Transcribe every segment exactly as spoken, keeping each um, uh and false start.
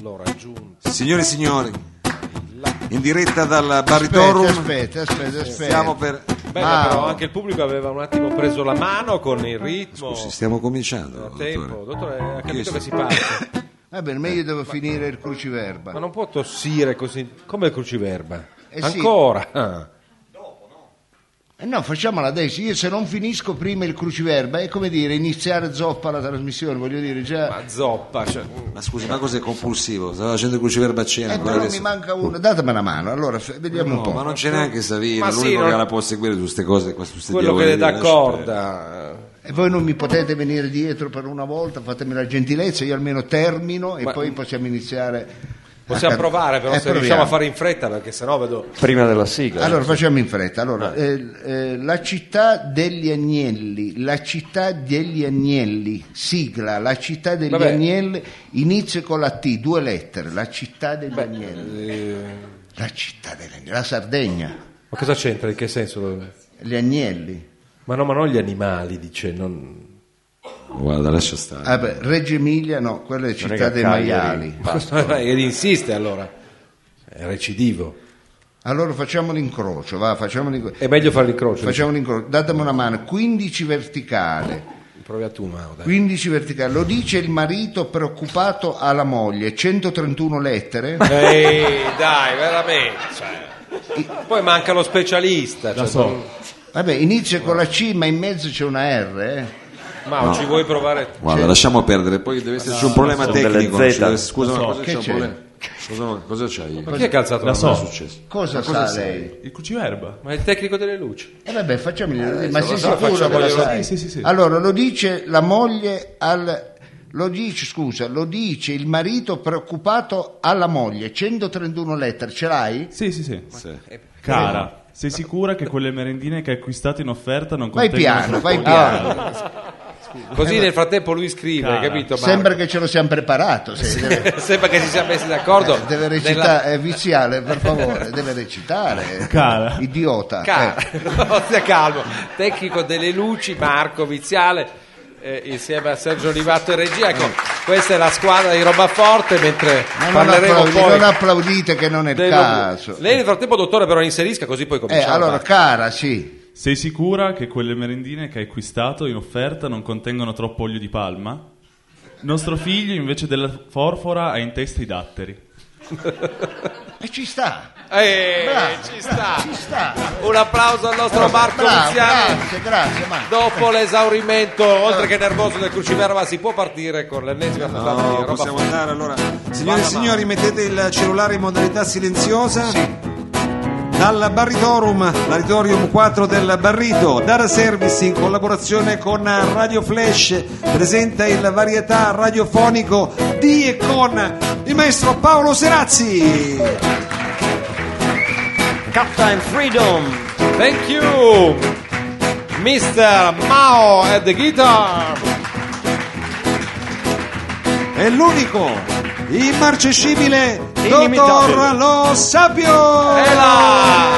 Allora, aggiunto. Signore e signori, in diretta dal Baritorum. Aspetta, aspetta, aspetta. Stiamo per... Beh, ah, però anche il pubblico aveva un attimo preso la mano con il ritmo. Scusi, stiamo cominciando. Tempo. Dottore, ha capito che che si parte. Va bene, ma io devo finire il cruciverba. Ma non può tossire così. Come il cruciverba? Eh sì. Ancora? Ah. Eh no, facciamola adesso. Io se non finisco prima il cruciverba è come dire iniziare zoppa la trasmissione, voglio dire già. Ma zoppa, cioè... Ma scusi, ma cos'è compulsivo? Stava facendo il cruciverba a cena. Eh, però adesso... mi manca uno, datemi una mano, allora f- vediamo no, un po'. Ma non c'è neanche Savino, Ma l'unico sì, non... che la può seguire su queste cose, su queste quello che le dà lascia corda. E voi non mi potete venire dietro per una volta, fatemi la gentilezza, io almeno termino e Ma... poi possiamo iniziare. Possiamo provare, però eh, se riusciamo a fare in fretta, perché sennò vedo... Prima della sigla. Allora facciamo in fretta. Allora, eh, eh, la città degli agnelli, la città degli agnelli, sigla, la città degli Vabbè. agnelli, inizia con la T, due lettere, la città degli Beh, agnelli. eh... La città degli agnelli, la Sardegna. Ma cosa c'entra? In che senso? Gli agnelli. Ma no, ma non gli animali, dice, non... Guarda, lascia stare. Ah, beh, Reggio Emilia no, quella è Non è città che dei Cagliari. maiali. Ed insiste allora, è recidivo. Allora facciamo l'incrocio, va, facciamo l'incrocio. È meglio fare l'incrocio. Facciamo l'incrocio, datemi una mano, quindici verticale. Provi a tu, Mao, dai. quindici verticale, lo dice il marito preoccupato alla moglie, centotrentuno lettere. Ehi, dai, veramente. Cioè. Poi manca lo specialista. Cioè, so. non... Vabbè, inizia con la C, ma in mezzo c'è una R, eh. Mao, No. ci vuoi provare? Guarda, C'è- lasciamo perdere, poi deve esserci un problema sono delle tecnico. non ci Z. deve- Scusa, Lo so. ma cosa Che c'è un c'è? problema? Cosa, cosa c'hai? Ma chi ha calzato la, La mano? so. Cosa è successo? Cosa, Ma cosa sa sei? lei? Il cruciverba. Ma è il tecnico delle luci. E vabbè, facciamoli, ma lo sei so, sicuro facciamo che la io. sai? Sì, sì, sì. Allora, lo dice la moglie al... Lo dice, scusa, lo dice il marito preoccupato alla moglie, centotrentuno lettere, ce l'hai? Sì, sì, sì. Sì. Cara, sei sicura che quelle merendine che hai acquistato in offerta non Vai contengono piano, vai troppo- piano. Così nel frattempo lui scrive, Cara. hai capito? Marco? Sembra che ce lo siamo preparato. Se deve, Sembra che si sia messi d'accordo. deve nella- recitare, è viziale, per favore, deve recitare. Cara. Idiota. Cara, eh. no, stia calmo. Tecnico delle luci, Marco Viziale, eh, insieme a Sergio Olivato e regia. Ecco, questa è la squadra di Robaforte, mentre Ma non, parleremo applaudi- poi. non applaudite che non è il dello- caso. Lei nel frattempo, dottore, però inserisca, così poi Eh, cominciamo. allora, cara, sì. Sei sicura che quelle merendine che hai acquistato in offerta non contengono troppo olio di palma? Nostro figlio invece della forfora ha in testa i datteri. E ci sta. Eh, Bravo, ci bravo, sta. Ci sta. Un applauso al nostro Marco Bravo, Viziale. grazie, grazie. Ma... Dopo l'esaurimento, oltre che nervoso del cruciverba, si può partire con l'ennesima puntata di No, Roba possiamo Forte. andare allora. Signore e Vada, signori, mettete il cellulare in modalità silenziosa. Dal Baritorum, l'Auditorium quattro del Barrito, Data Service in collaborazione con Radio Flash presenta il varietà radiofonico di e con il maestro Paolo Serazzi. Captain Freedom! Thank you, mister Mao at the guitar. È l'unico, immarcescibile Inimitabile. Dottor Lo Sapio. E là.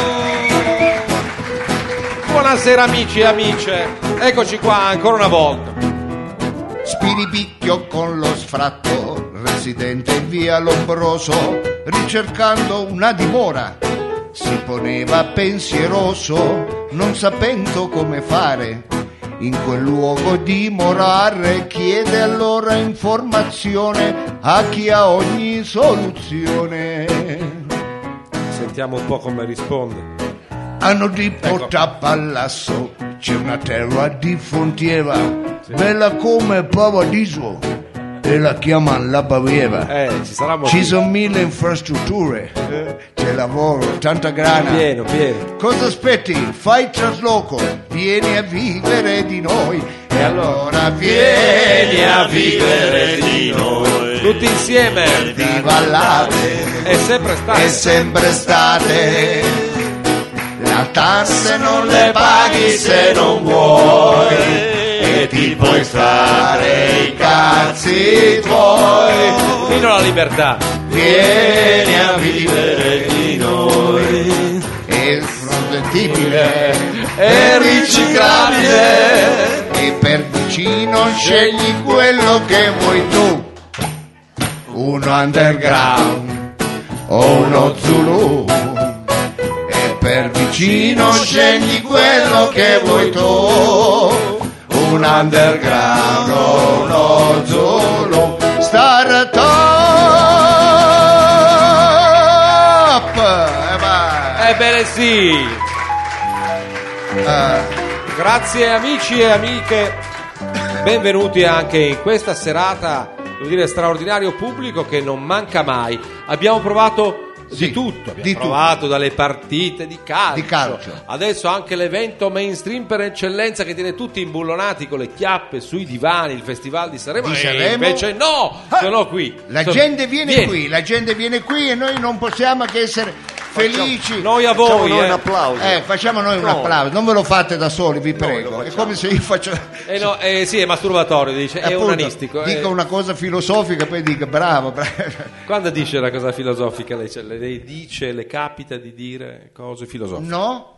Buonasera amici e amiche, eccoci qua ancora una volta. Spiripicchio con lo sfratto, residente in via Lombroso, ricercando una dimora, si poneva pensieroso, non sapendo come fare. In quel luogo dimorare, chiede allora informazione a chi ha ogni soluzione. Sentiamo un po' come risponde. Hanno di porta a Palazzo, c'è una terra di frontiera, bella come Paradiso, e la chiamano la Baviera. Eh, ci sarà molto. Ci sono mille infrastrutture, c'è lavoro, tanta grana. Pieno, pieno. Cosa aspetti? Fai il trasloco, vieni a vivere di noi. E allora vieni a vivere di noi. Tutti insieme. Di Vallate È sempre stato. è sempre estate. La tasse non le paghi se non vuoi, e ti puoi fare i cazzi tuoi. Fino alla libertà. Vieni a vivere di noi. È frontendibile, è riciclabile, e per vicino scegli quello che vuoi tu. uno underground o uno Zulu, e per vicino scegli quello che vuoi tu, un underground o uno Zulu, startup. Ebbene sì. Uh. Grazie amici e amiche, benvenuti anche in questa serata, devo dire, straordinario pubblico che non manca mai. Abbiamo provato Sì, di tutto, abbiamo di provato tutto. dalle partite di calcio, Di calcio. adesso anche l'evento mainstream per eccellenza che tiene tutti imbullonati con le chiappe sui divani, il Festival di Sanremo, Di e Sanremo. invece no, sono qui. La Sono- gente viene, Vieni. qui, la gente viene qui e noi non possiamo che essere felici. Noi a Facciamo voi, noi eh. un applauso. Eh, facciamo noi un No. applauso, non ve lo fate da soli, vi prego. lo È facciamo. come se io faccio. Eh no, eh, sì, è masturbatorio, dice, è Appunto, onanistico. dico eh. una cosa filosofica, poi dico bravo, bravo. Quando dice una cosa filosofica, lei, cioè, lei dice, le capita di dire cose filosofiche? No?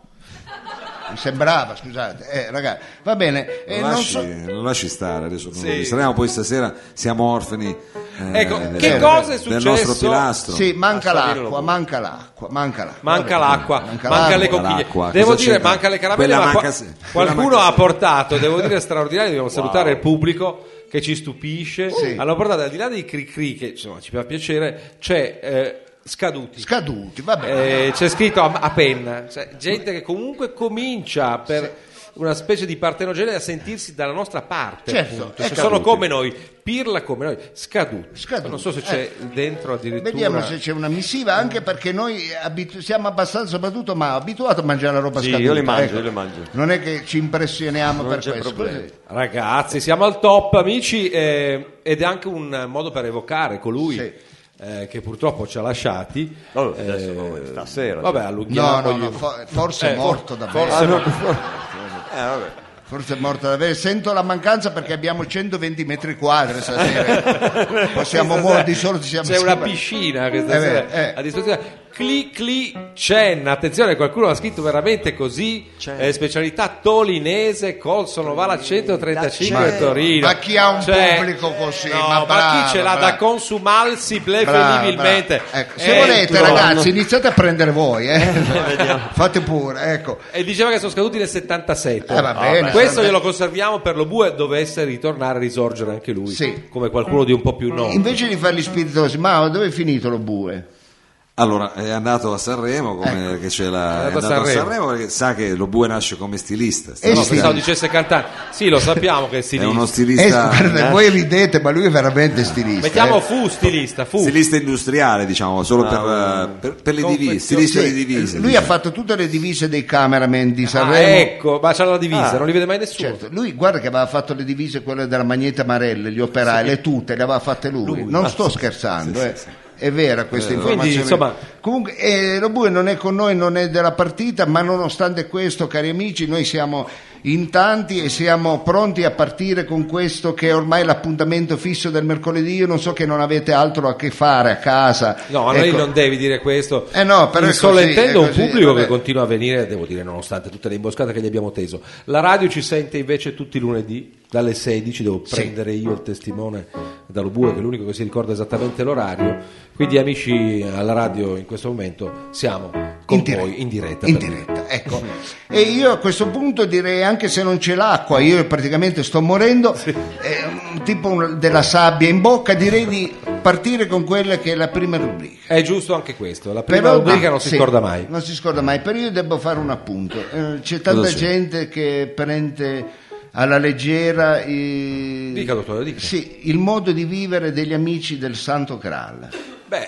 Mi sembrava, scusate. Eh, ragazzi, va bene. eh, Lo non lasci, so- lo lasci stare, adesso non Sì. lo distrattiamo, poi stasera siamo orfani eh, Ecco, del- che del- cosa è del successo? nostro pilastro. Sì, manca A Savino l'acqua, lo- manca l'acqua, manca l'acqua. Manca Vabbè, l'acqua, manca manca le l'acqua. conchiglie. l'acqua, Devo cosa dire, c'entra? manca le caramelle, Quella ma manca qua- se- quella qualcuno manca ha se- portato, devo dire, straordinario, dobbiamo salutare il pubblico che ci stupisce. Sì. Hanno portato, al di là dei cri cri, che insomma ci fa piacere, c'è eh, scaduti. Scaduti, va bene. Eh, c'è scritto a, a penna, cioè, gente che comunque comincia per una specie di partenogene a sentirsi dalla nostra parte, Certo, appunto. è Cioè, sono scaduti. come noi, pirla come noi, scaduti. Scaduti. Non so se c'è dentro addirittura. Vediamo se c'è una missiva, anche perché noi abitu- siamo abbastanza, soprattutto ma abituati a mangiare la roba Sì, scaduta. io li mangio, ecco. io li mangio. Non è che ci impressioniamo Non per c'è questo. problema. così. Ragazzi, siamo al top, amici, eh, ed è anche un modo per evocare colui Sì. eh, che purtroppo ci ha lasciati. Oh, adesso, oh, stasera. Vabbè, No, allunghiamo. no, no, fo- forse Eh, è morto for- davvero. forse- Ah, no, eh, vabbè. Forse è morto davvero. Sento la mancanza perché abbiamo centoventi metri quadri stasera. Possiamo muovere, di solito siamo C'è una sempre- piscina questa Eh, sera beh, eh. a disposizione. Cli Cli Cen, attenzione, qualcuno ha scritto veramente così, Cen. eh, specialità tolinese, Colsonovala centotrentacinque Cen. Torino. Ma chi ha un Cioè, pubblico così? no, Ma bravo, chi ce l'ha bravo. da consumarsi Bravo, preferibilmente? bravo. Ecco, se Eh, volete, no, ragazzi, iniziate a prendere voi, eh. vediamo. Fate pure, ecco. E diceva che sono scaduti nel settantasette. Eh, va bene, Questo vabbè. glielo conserviamo per lo bue, dovesse ritornare a risorgere anche lui, Sì. come qualcuno di un po' più noto. Invece di fargli spiritosi, ma dove è finito lo bue? Allora, è andato a Sanremo, come che c'è la, È è andato a andato a Sanremo. Sanremo perché sa che lo bue nasce come stilista. Eh, No, sì. pensavo dicesse cantante. Sì, lo sappiamo che è È stilista. uno Eh, stilista, guarda, voi ridete, ma lui è veramente stilista. Mettiamo eh. fu stilista, fu. stilista industriale, diciamo, solo per, eh, per, per le divise, Confezione. stilista Sì, di divise. lui diciamo. ha fatto tutte le divise dei cameraman di Ah, Sanremo. ecco, ma c'ha la divisa, Ah. non li vede mai nessuno. Certo, lui guarda che aveva fatto le divise, quelle della Magneta Marelle, gli operai, le tutte, le aveva fatte lui. Non sto scherzando, sì, eh. sì, sì. È vera questa Quindi, informazione. insomma- Comunque, eh, lo Bue non è con noi, non è della partita, ma nonostante questo, cari amici, noi siamo in tanti e siamo pronti a partire con questo che è ormai l'appuntamento fisso del mercoledì. Io non so che non avete altro a che fare a casa. No, ma lei Ecco. non devi dire questo. Eh no, però è insolentendo così, è un così, pubblico vabbè. che continua a venire, devo dire, nonostante tutte le imboscate che gli abbiamo teso. La radio ci sente invece tutti i lunedì dalle sedici, devo Sì. prendere io il testimone dallo Bue, che è l'unico che si ricorda esattamente l'orario. Quindi amici alla radio in questo momento siamo con In diretta. voi in diretta. In per- diretta, ecco. E io a questo punto direi, anche se non c'è l'acqua, io praticamente sto morendo, eh, un tipo un- della sabbia in bocca, direi di partire con quella che è la prima rubrica. È giusto anche questo, la prima Però- rubrica ah, non si sì, scorda mai. Non si scorda mai, però io devo fare un appunto. Eh, c'è tanta Cosa c'è? gente che prende alla leggera i- Dica, dottore, dica. sì, il modo di vivere degli amici del Santo Graal. Beh,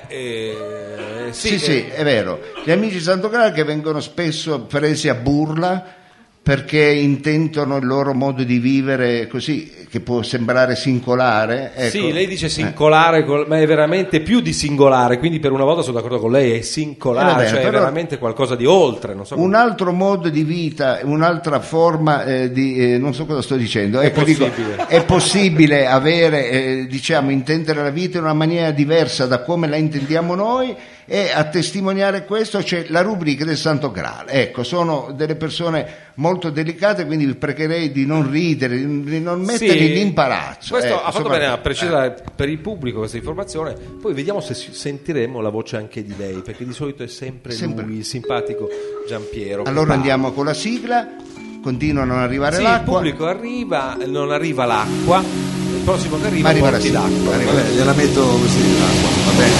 eh, sì, Sì, sì, eh, è vero. Gli amici di Santo Graal che vengono spesso presi a burla perché intendono il loro modo di vivere così, che può sembrare singolare. Ecco. Sì, lei dice singolare, col- ma è veramente più di singolare, quindi per una volta sono d'accordo con lei, è singolare, Eh, va bene, cioè è però- veramente qualcosa di oltre. Non so Un altro modo di vita, un'altra forma eh, di, eh, non so cosa sto dicendo, È ecco, dico, possibile. è possibile avere, eh, diciamo, intendere la vita in una maniera diversa da come la intendiamo noi, e a testimoniare questo c'è la rubrica del Santo Graal. Ecco, sono delle persone molto delicate, quindi vi pregherei di non ridere, di non metterli Sì, in imbarazzo. questo ecco, ha fatto insomma, bene a precisare per il pubblico questa informazione. Poi vediamo se si- sentiremo la voce anche di lei, perché di solito è sempre, Sempre. lui, il simpatico Giampiero. che Allora parla. andiamo con la sigla, continuano a non arrivare Sì, il l'acqua. pubblico arriva, non arriva l'acqua, il prossimo che arriva Ma arriva la porti sigla, l'acqua. arriva Vabbè, gliela metto così l'acqua, va bene.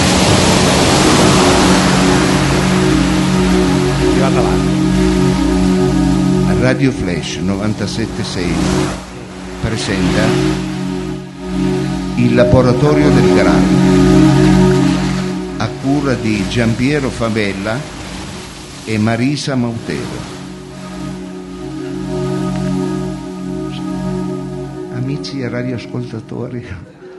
È arrivata l'acqua. Radio Flash novantasette sei presenta Il laboratorio del grano, a cura di Giampiero Favella e Marisa Mautero. Amici e radioascoltatori,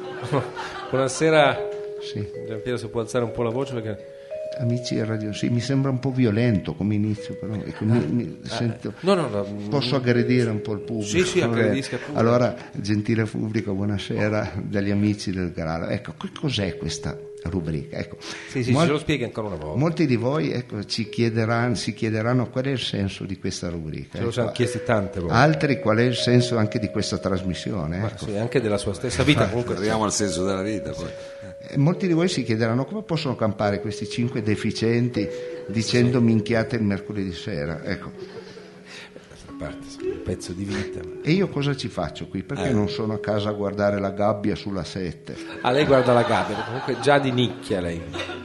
Buonasera, sì, Giampiero, se può alzare un po' la voce perché... amici e radio, sì, mi sembra un po' violento come inizio, però ecco, mi, mi sento, No, no, no. posso aggredire un po' il pubblico? Sì, sì, Va bene. aggredisca pure. Allora, gentile pubblico, buonasera dagli amici del grano. Ecco, che cos'è questa rubrica? Ecco, Sì, sì, mol- ce lo spieghi ancora una volta. molti di voi ecco, ci chiederanno, si chiederanno qual è il senso di questa rubrica. Ce lo ecco. siamo chiesti tante volte. Altri qual è il senso anche di questa trasmissione. Ma ecco. sì, anche della sua stessa vita comunque. Arriviamo al senso della vita poi. Eh, Molti di voi si chiederanno come possono campare questi cinque deficienti dicendo minchiate il mercoledì sera. Ecco. D'altra parte, insomma, un pezzo di vita. E io cosa ci faccio qui? Perché non sono a casa a guardare la gabbia sulla sette? Ah, lei guarda la gabbia, comunque già di nicchia lei.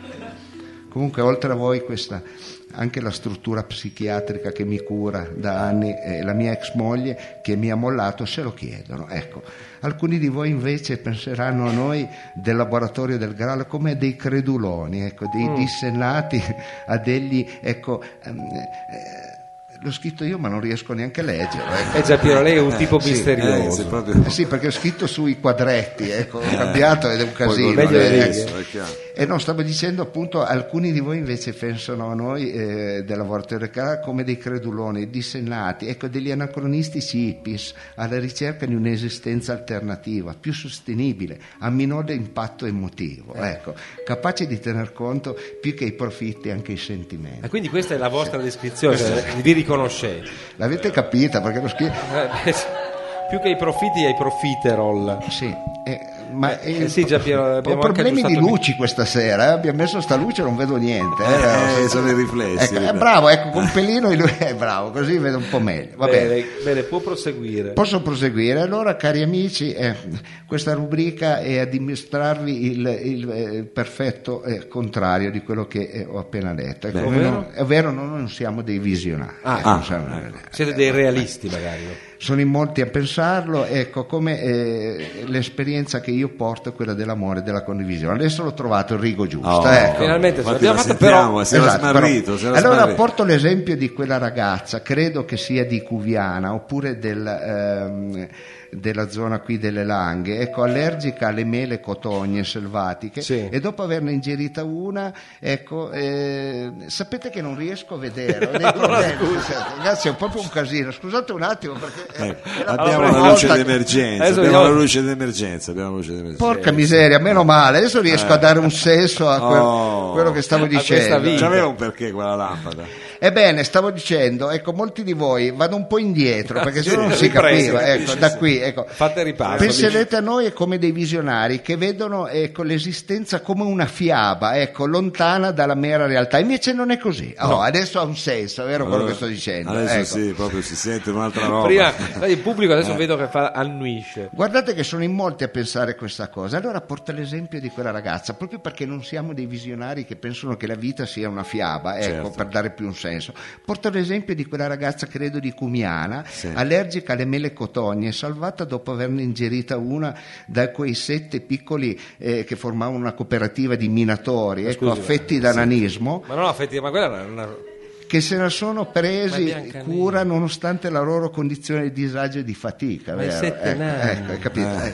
Comunque, oltre a voi, questa anche la struttura psichiatrica che mi cura da anni e la mia ex moglie che mi ha mollato se lo chiedono. Ecco, alcuni di voi invece penseranno a noi del laboratorio del Graal come a dei creduloni, ecco, dei Mm. dissennati, a degli ecco. ehm, eh, L'ho scritto io ma non riesco neanche a leggerlo. Ecco. Eh Giampiero, lei è un tipo Eh, misterioso. se proprio... Eh sì, perché ho scritto sui quadretti, ecco, ho cambiato ed è un Poi casino. col Meglio le eh, righe. adesso, è chiaro. E non stavo dicendo appunto, alcuni di voi invece pensano a noi eh, del laboratorio del Graal come dei creduloni, dissennati, ecco, degli anacronistici hippies alla ricerca di un'esistenza alternativa, più sostenibile, a minore impatto emotivo, ecco, capace di tener conto più che i profitti anche i sentimenti. E quindi questa è la vostra descrizione, cioè, vi riconoscete. L'avete capita perché lo scritto... Eh, beh, più che i profitti ai profiterol. Sì, eh, ma Eh, sì, Giampiero, ho abbiamo anche problemi di aggiustato il- luci questa sera, eh, abbiamo messo sta luce e non vedo niente. Eh, sono i riflessi. Ecco, è bravo, ecco, con pelino e lui è bravo, così vedo un po' meglio. Va bene. Bene, bene, può proseguire. Posso proseguire? Allora, cari amici, eh, questa rubrica è a dimostrarvi il, il, eh, il perfetto eh, contrario di quello che eh, ho appena detto. Ecco, Beh, ovvero, ovvero? ovvero noi non siamo dei visionari. Ah, ecco, ah, non siamo- Siete dei realisti magari. no? Sono in molti a pensarlo, ecco, come eh, l'esperienza che io porto è quella dell'amore e della condivisione. Adesso l'ho trovato il rigo giusto, Oh, ecco. Finalmente ce infatti l'abbiamo la fatta, sentiamo, però- si era Esatto, smarrito, però- si era allora smarrito. porto l'esempio di quella ragazza, credo che sia di Cuviana oppure del, ehm, della zona qui delle Langhe, ecco, allergica alle mele cotogne selvatiche, Sì. e dopo averne ingerita una, ecco, eh, sapete che non riesco a vedere, ho dei problemi. Ragazzi, è proprio un casino, scusate un attimo perché eh, Ecco, è la abbiamo prima la luce volta- d'emergenza, Adesso abbiamo vediamo- la luce d'emergenza, abbiamo la luce d'emergenza. Porca miseria, meno male, adesso riesco a dare un senso a quel- Oh. quello che stavo A questa dicendo. vita. C'aveva un perché quella lampada. Ebbene, stavo dicendo, ecco, molti di voi vado un po' indietro perché Sì, se no non si ripresa, capiva, ecco, da qui, ecco. Fate ripasso. Penserete a noi come dei visionari che vedono ecco, l'esistenza come una fiaba, ecco, lontana dalla mera realtà. Invece non è così. Oh, adesso ha un senso, è vero quello che sto dicendo. Adesso ecco. sì, proprio si sente un'altra roba. Prima, sai, il pubblico adesso vedo che fa, annuisce. Guardate che sono in molti a pensare questa cosa. Allora porta l'esempio di quella ragazza, proprio perché non siamo dei visionari che pensano che la vita sia una fiaba, ecco, Certo. per dare più un senso. Porta l'esempio di quella ragazza, credo di Cumiana, Sì. allergica alle mele cotogne, salvata dopo averne ingerita una da quei sette piccoli eh, che formavano una cooperativa di minatori, ecco, scusi, affetti da nanismo, Ma no, affetti, ma quella è una... che se ne sono Ma presi è Biancaneve. cura nonostante la loro condizione di disagio e di fatica. Ma i vero? sette ecco, nani. ecco, hai capito? Ecco.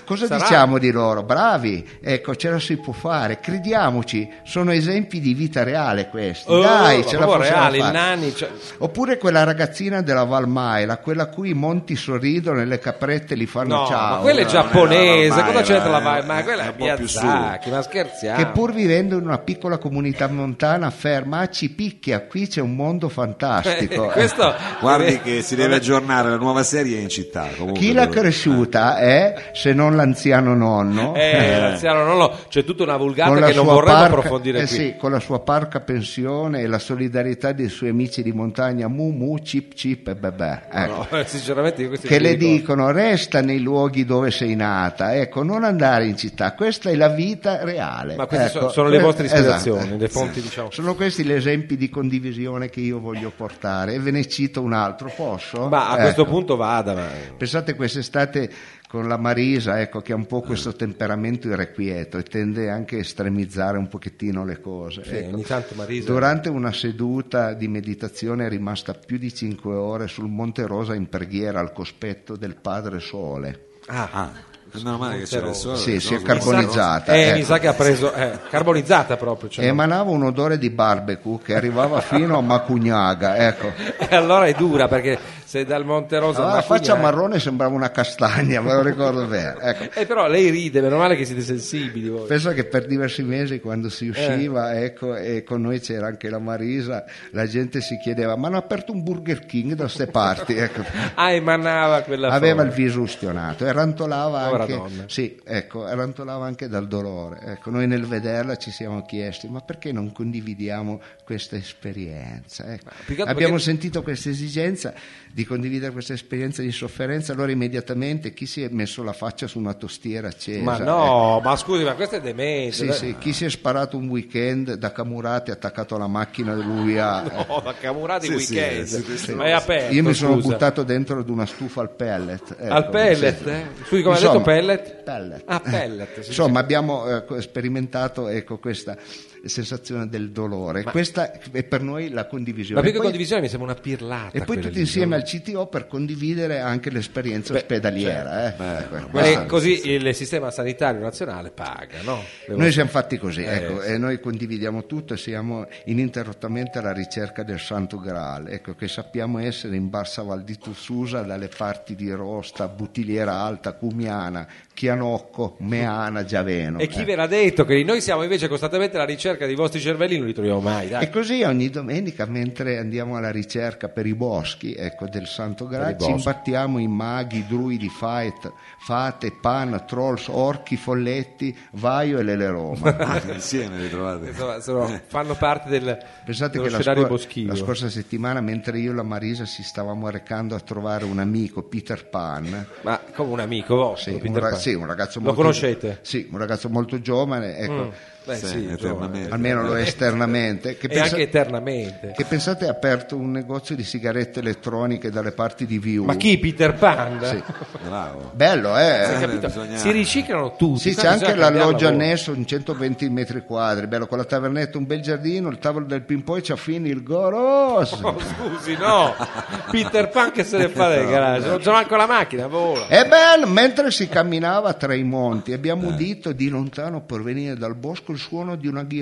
cosa Sarà. diciamo di loro? Bravi, ecco, ce la si può fare, crediamoci, sono esempi di vita reale questi, Oh, dai, ma ce la proprio possiamo reali, fare. il Nanni, cioè- Oppure quella ragazzina della Valmaila, quella a cui i monti sorridono e le caprette li fanno No, ciao. ma quella è no, non è giapponese, la cosa Valmaila, c'entra la eh, Valmaila? Ma è quella è un po' più Miyazaki, ma scherziamo. Che pur vivendo in una piccola comunità montana afferma: ah, ci picchia, qui c'è un mondo fantastico. Eh, questo Guardi che si deve aggiornare, la nuova serie è in città. Comunque, Chi l'ha devo- cresciuta è, se non l'anziano nonno, Eh, l'anziano non lo, c'è tutta una vulgata con la che non sua vorremmo parca- approfondire eh qui. sì, con la sua parca pensione e la solidarietà dei suoi amici di montagna, mu mu, cip cip e bebè. Ecco. No, sinceramente io questi Che non le li ricordo. dicono: resta nei luoghi dove sei nata, ecco, non andare in città, questa è la vita reale. Ma queste Ecco, sono, sono le que- vostre ispirazioni, esatto. le fonti, diciamo. Sono questi gli esempi di condivisione che io voglio portare, e ve ne cito un altro, posso? Ma a Ecco. questo punto vada, ma... Pensate quest'estate con la Marisa, ecco, che ha un po' questo temperamento irrequieto e tende anche a estremizzare un pochettino le cose. Sì, ecco. ogni tanto Marisa... Durante una seduta di meditazione è rimasta più di cinque ore sul Monte Rosa in preghiera al cospetto del Padre Sole. Ah, Ah, meno male che c'è il sole. Sì, no, si è su- carbonizzata. eh, ecco. mi sa che ha preso... Eh, carbonizzata proprio. Cioè, Emanava un odore di barbecue che arrivava fino a Macugnaga, ecco. E allora è dura, perché se dal Monte Rosa... La a faccia Macugnaga- marrone sembrava una castagna, me lo ricordo bene. Ecco. Eh, però lei ride, meno male che siete sensibili voi. Penso che per diversi mesi quando si usciva, ecco, e con noi c'era anche la Marisa, la gente si chiedeva: ma hanno aperto un Burger King da ste parti? Ecco. Ah, emanava quella Aveva il forma. viso ustionato e rantolava Povera anche, donna. sì, ecco, rantolava anche dal dolore. Ecco, noi nel vederla ci siamo chiesti: ma perché non condividiamo questa esperienza? Ecco. più che altro Abbiamo perché- sentito questa esigenza di condividere questa esperienza di sofferenza, allora immediatamente chi si è messo la faccia su una tostiera accesa? Ma ecco. no, ma scusi, ma questo è demente. Sì, dai. sì, chi si è sparato un weekend da Camurati attaccato alla macchina dell'U A. No, da Camurati Sì, sì, weekend. sì, questo ma è aperto, Io mi sono scusa. buttato dentro ad una stufa al pellet. ecco, Al pellet? sì. Eh? Scusi, come ha Insomma, detto pellet? pellet. Ah, pellet. sì, Insomma, abbiamo eh, sperimentato, ecco, questa sensazione del dolore. Questa è per noi la sì. condivisione. Ma più che E poi- condivisione mi sembra una pirlata. E poi quella tutti lì, insieme no? al C T O per condividere anche l'esperienza Beh, ospedaliera. eh. Beh, Ecco, beh, questo- E così il sistema sanitario nazionale paga, no? Le Noi siamo fatti così, Eh, ecco, sì. e noi condividiamo tutto e siamo ininterrottamente alla ricerca del Santo Graal, ecco, che sappiamo essere in Bassa Val di Tussusa, dalle parti di Rosta, Buttigliera Alta, Cumiana, Chianocco, Meana, Giaveno. E chi eh. ve l'ha detto che noi siamo invece costantemente alla ricerca dei vostri cervelli, non li troviamo mai, dai. E così ogni domenica, mentre andiamo alla ricerca per i boschi, ecco, del Santo i Graal, ci boschi. imbattiamo in maghi, druidi, fight, fate, pan, trolls, orchi, folletti, Vaio e Leleroma. Ah, insieme li trovate. Insomma, sono- fanno parte del, Pensate dello che la, scenario scor- boschivo. la scorsa settimana, mentre io e la Marisa ci stavamo recando a trovare un amico, Peter Pan, Ma come un amico vostro, sì, un, Peter ra- Pan. sì, un ragazzo Lo molto conoscete? Sì, un ragazzo molto giovane, ecco, Mm. Beh, Sì, sì, eternamente. giovane. almeno lo è esternamente. Che, E pensa- anche eternamente. che pensate ha aperto un negozio di sigarette elettroniche dalle parti di Viu. Ma chi? Peter Pan? Sì. Bravo. Bello, eh? Hai capito? bisogna- Si riciclano tutti. Sì, qua c'è anche bisogna cambiare l'alloggio lavoro. annesso in centoventi metri quadri, bello, con la tavernetta, un bel giardino, il tavolo del ping-pong, c'ha fini il goros. Oh, scusi, no. Peter Pan che se ne fa del garage? Non c'è manco la macchina, vola. Ebbene, mentre si camminava tra i monti, abbiamo udito di lontano provenire dal bosco il suono di una ghironda.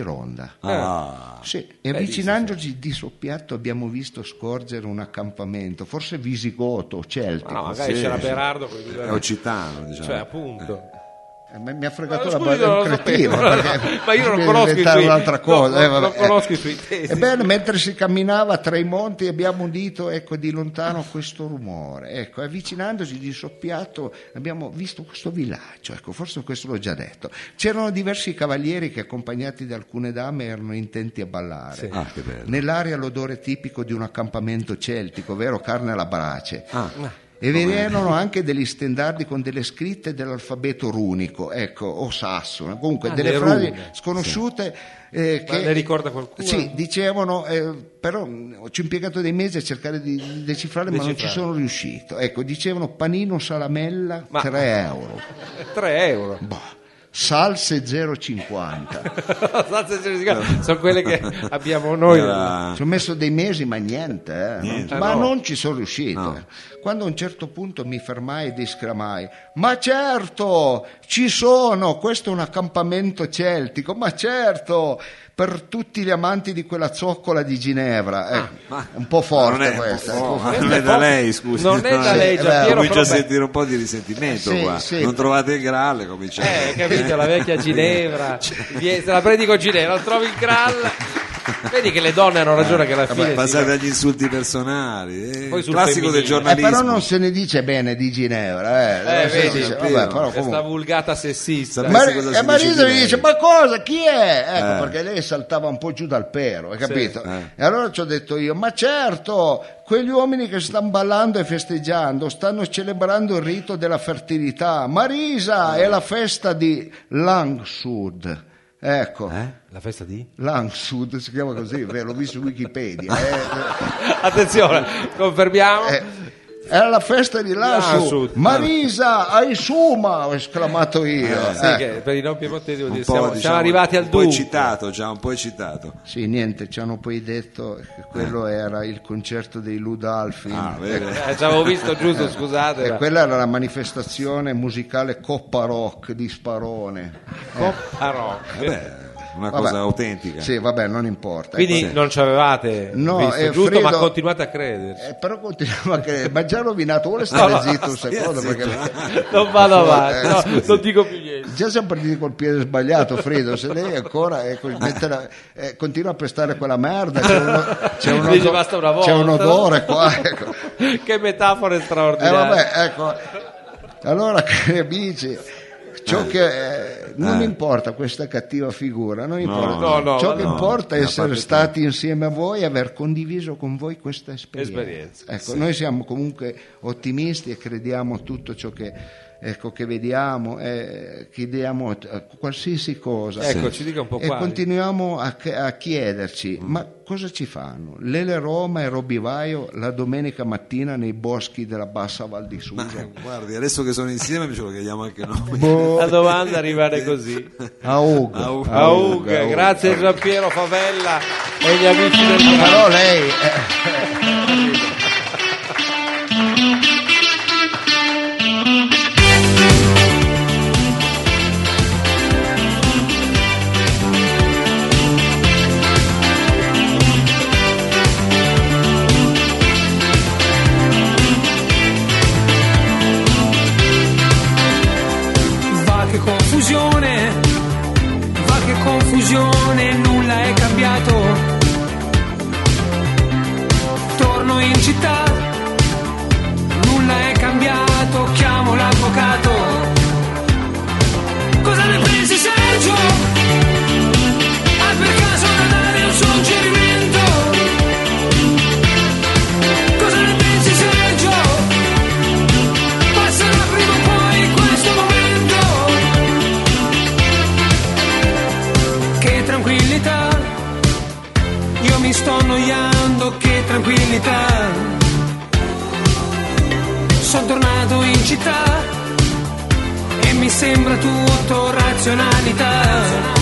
Ah, Sì, e avvicinandoci di soppiatto abbiamo visto scorgere un accampamento, forse visigoto o celtico. Ma no, magari sì, c'era sì. Berardo con i è due- occitano, diciamo. Cioè, appunto. Eh, ma mi ha fregato Ma la scusi, base non un lo cretino, sapevo. perché Ma io non deve conosco i diventare suoi- un'altra no, cosa. no, eh, vabbè, non eh. conosco i suoi tesi. Ebbene, mentre si camminava tra i monti abbiamo udito, ecco, di lontano questo rumore. Ecco, avvicinandoci di soppiatto abbiamo visto questo villaggio, ecco, forse questo l'ho già detto. C'erano diversi cavalieri che, accompagnati da alcune dame, erano intenti a ballare. Sì. Ah, che bello. Nell'aria l'odore tipico di un accampamento celtico, ovvero carne alla brace. Ah, E ve ne erano anche degli stendardi con delle scritte dell'alfabeto runico, ecco, o sassone, comunque Ah, delle le frasi rune. sconosciute eh, Ma che le ricorda qualcuno? Sì, dicevano, eh, però mh, ci ho impiegato dei mesi a cercare di di decifrarle, ma non ci Decifrare. sono riuscito. Ecco, dicevano panino salamella Ma- tre euro. tre euro. Boh. salse zero cinquanta. Salse zero cinquanta sono quelle che abbiamo noi. Era- Ci ho messo dei mesi, ma niente, eh. Niente. ma Ah, no. non ci sono riuscito. No. eh. Quando a un certo punto mi fermai e esclamai: ma certo, ci sono, questo è un accampamento celtico, ma certo, per tutti gli amanti di quella zoccola di Ginevra. Eh, ma- un po' forte non è, questa. un po', un po' ma forte. non è da lei, scusi. Non è da No, lei, eh, Giampiero, comincia però a beh, sentire un po' di risentimento Sì, qua. sì. Non trovate il Graal, comincia. Eh, capito, la vecchia Ginevra. Vie- Se la prendi con Ginevra, non trovi il Graal. Vedi che le donne hanno ragione che alla Vabbè, fine si- passate agli insulti personali. eh. Poi sul Classico del femminile. Eh, giornalismo. però non se ne dice bene di Ginevra. Eh, Eh, Non se ne vedi, dice- Giampiero. vabbè, però questa comunque. vulgata sessista. Sapete- Ma, cosa si e dice Marisa di mi lei? dice: ma cosa, chi è? Ecco, Eh. perché lei saltava un po' giù dal pero, hai capito? Sì, eh. E allora ci ho detto io: ma certo, quegli uomini che stanno ballando e festeggiando stanno celebrando il rito della fertilità. Marisa, è la festa di Langsud. Ecco, Eh? La festa di? Langsud si chiama così, vero? L'ho visto su Wikipedia. eh. Attenzione, confermiamo. Eh, Era la festa di Langsud. Langsud. Marisa, Aisuma, ho esclamato io. Sì, Eh. che per i non piemontesi devo Un dire, po', siamo, diciamo, siamo arrivati al un po' dunque. eccitato, già un po' eccitato. Sì, niente, ci hanno poi detto che quello era il concerto dei Ludolfi. Ah, vedi? Eh, ci avevo visto giusto, scusate. E ma- quella era la manifestazione musicale Coppa Rock di Sparone. Coppa Rock. Vabbè, una Vabbè. cosa autentica. Sì, vabbè, non importa. Quindi Ecco, non ci avevate No, visto, eh, giusto, ma Fredo- continuate a crederci. eh, però continuiamo a credere, ma già rovinato, vuole stare No, no, zitto un stia secondo zitto. perché Non vado avanti, Eh, no, scusi. non dico più niente. già siamo partiti col piede sbagliato, Fredo. Se lei ancora ecco, mette la- eh, continua a pestare quella merda, c'è, uno, c'è, un, Dice, odo- basta una volta. c'è un odore qua. Ecco. Che metafore Eh, straordinaria. vabbè, ecco. Allora, cari amici, ciò che eh, non Eh. importa questa cattiva figura, non importa. no, no, ciò ma che no. importa è A essere parte stati insieme a voi e aver condiviso con voi questa esperienza. Esperienza, Ecco, noi siamo comunque ottimisti e crediamo a tutto ciò che ecco che vediamo, eh, chiediamo eh, qualsiasi cosa. Ecco, ci dica un po' E quali. continuiamo a, a chiederci, ma cosa ci fanno? Lele Roma e Robivaio la domenica mattina nei boschi della Bassa Val di Ma Susa? guardi, adesso che sono insieme ce lo chiediamo anche noi. Boh, La domanda rimane così. Aug, Aug. Aug, grazie Giampiero Favella e gli amici del programma. Però lei eh, Va che confusione, va che confusione, nulla è cambiato. Torno in città, nulla è cambiato, chiamo l'avvocato. Cosa ne pensi Sergio? Hai per caso da dare un suggerimento? Cosa ne pensi Sergio? Passerà prima o poi questo momento. Che tranquillità, io mi sto annoiando, che tranquillità. Sono tornato in città e mi sembra tutto razionalità.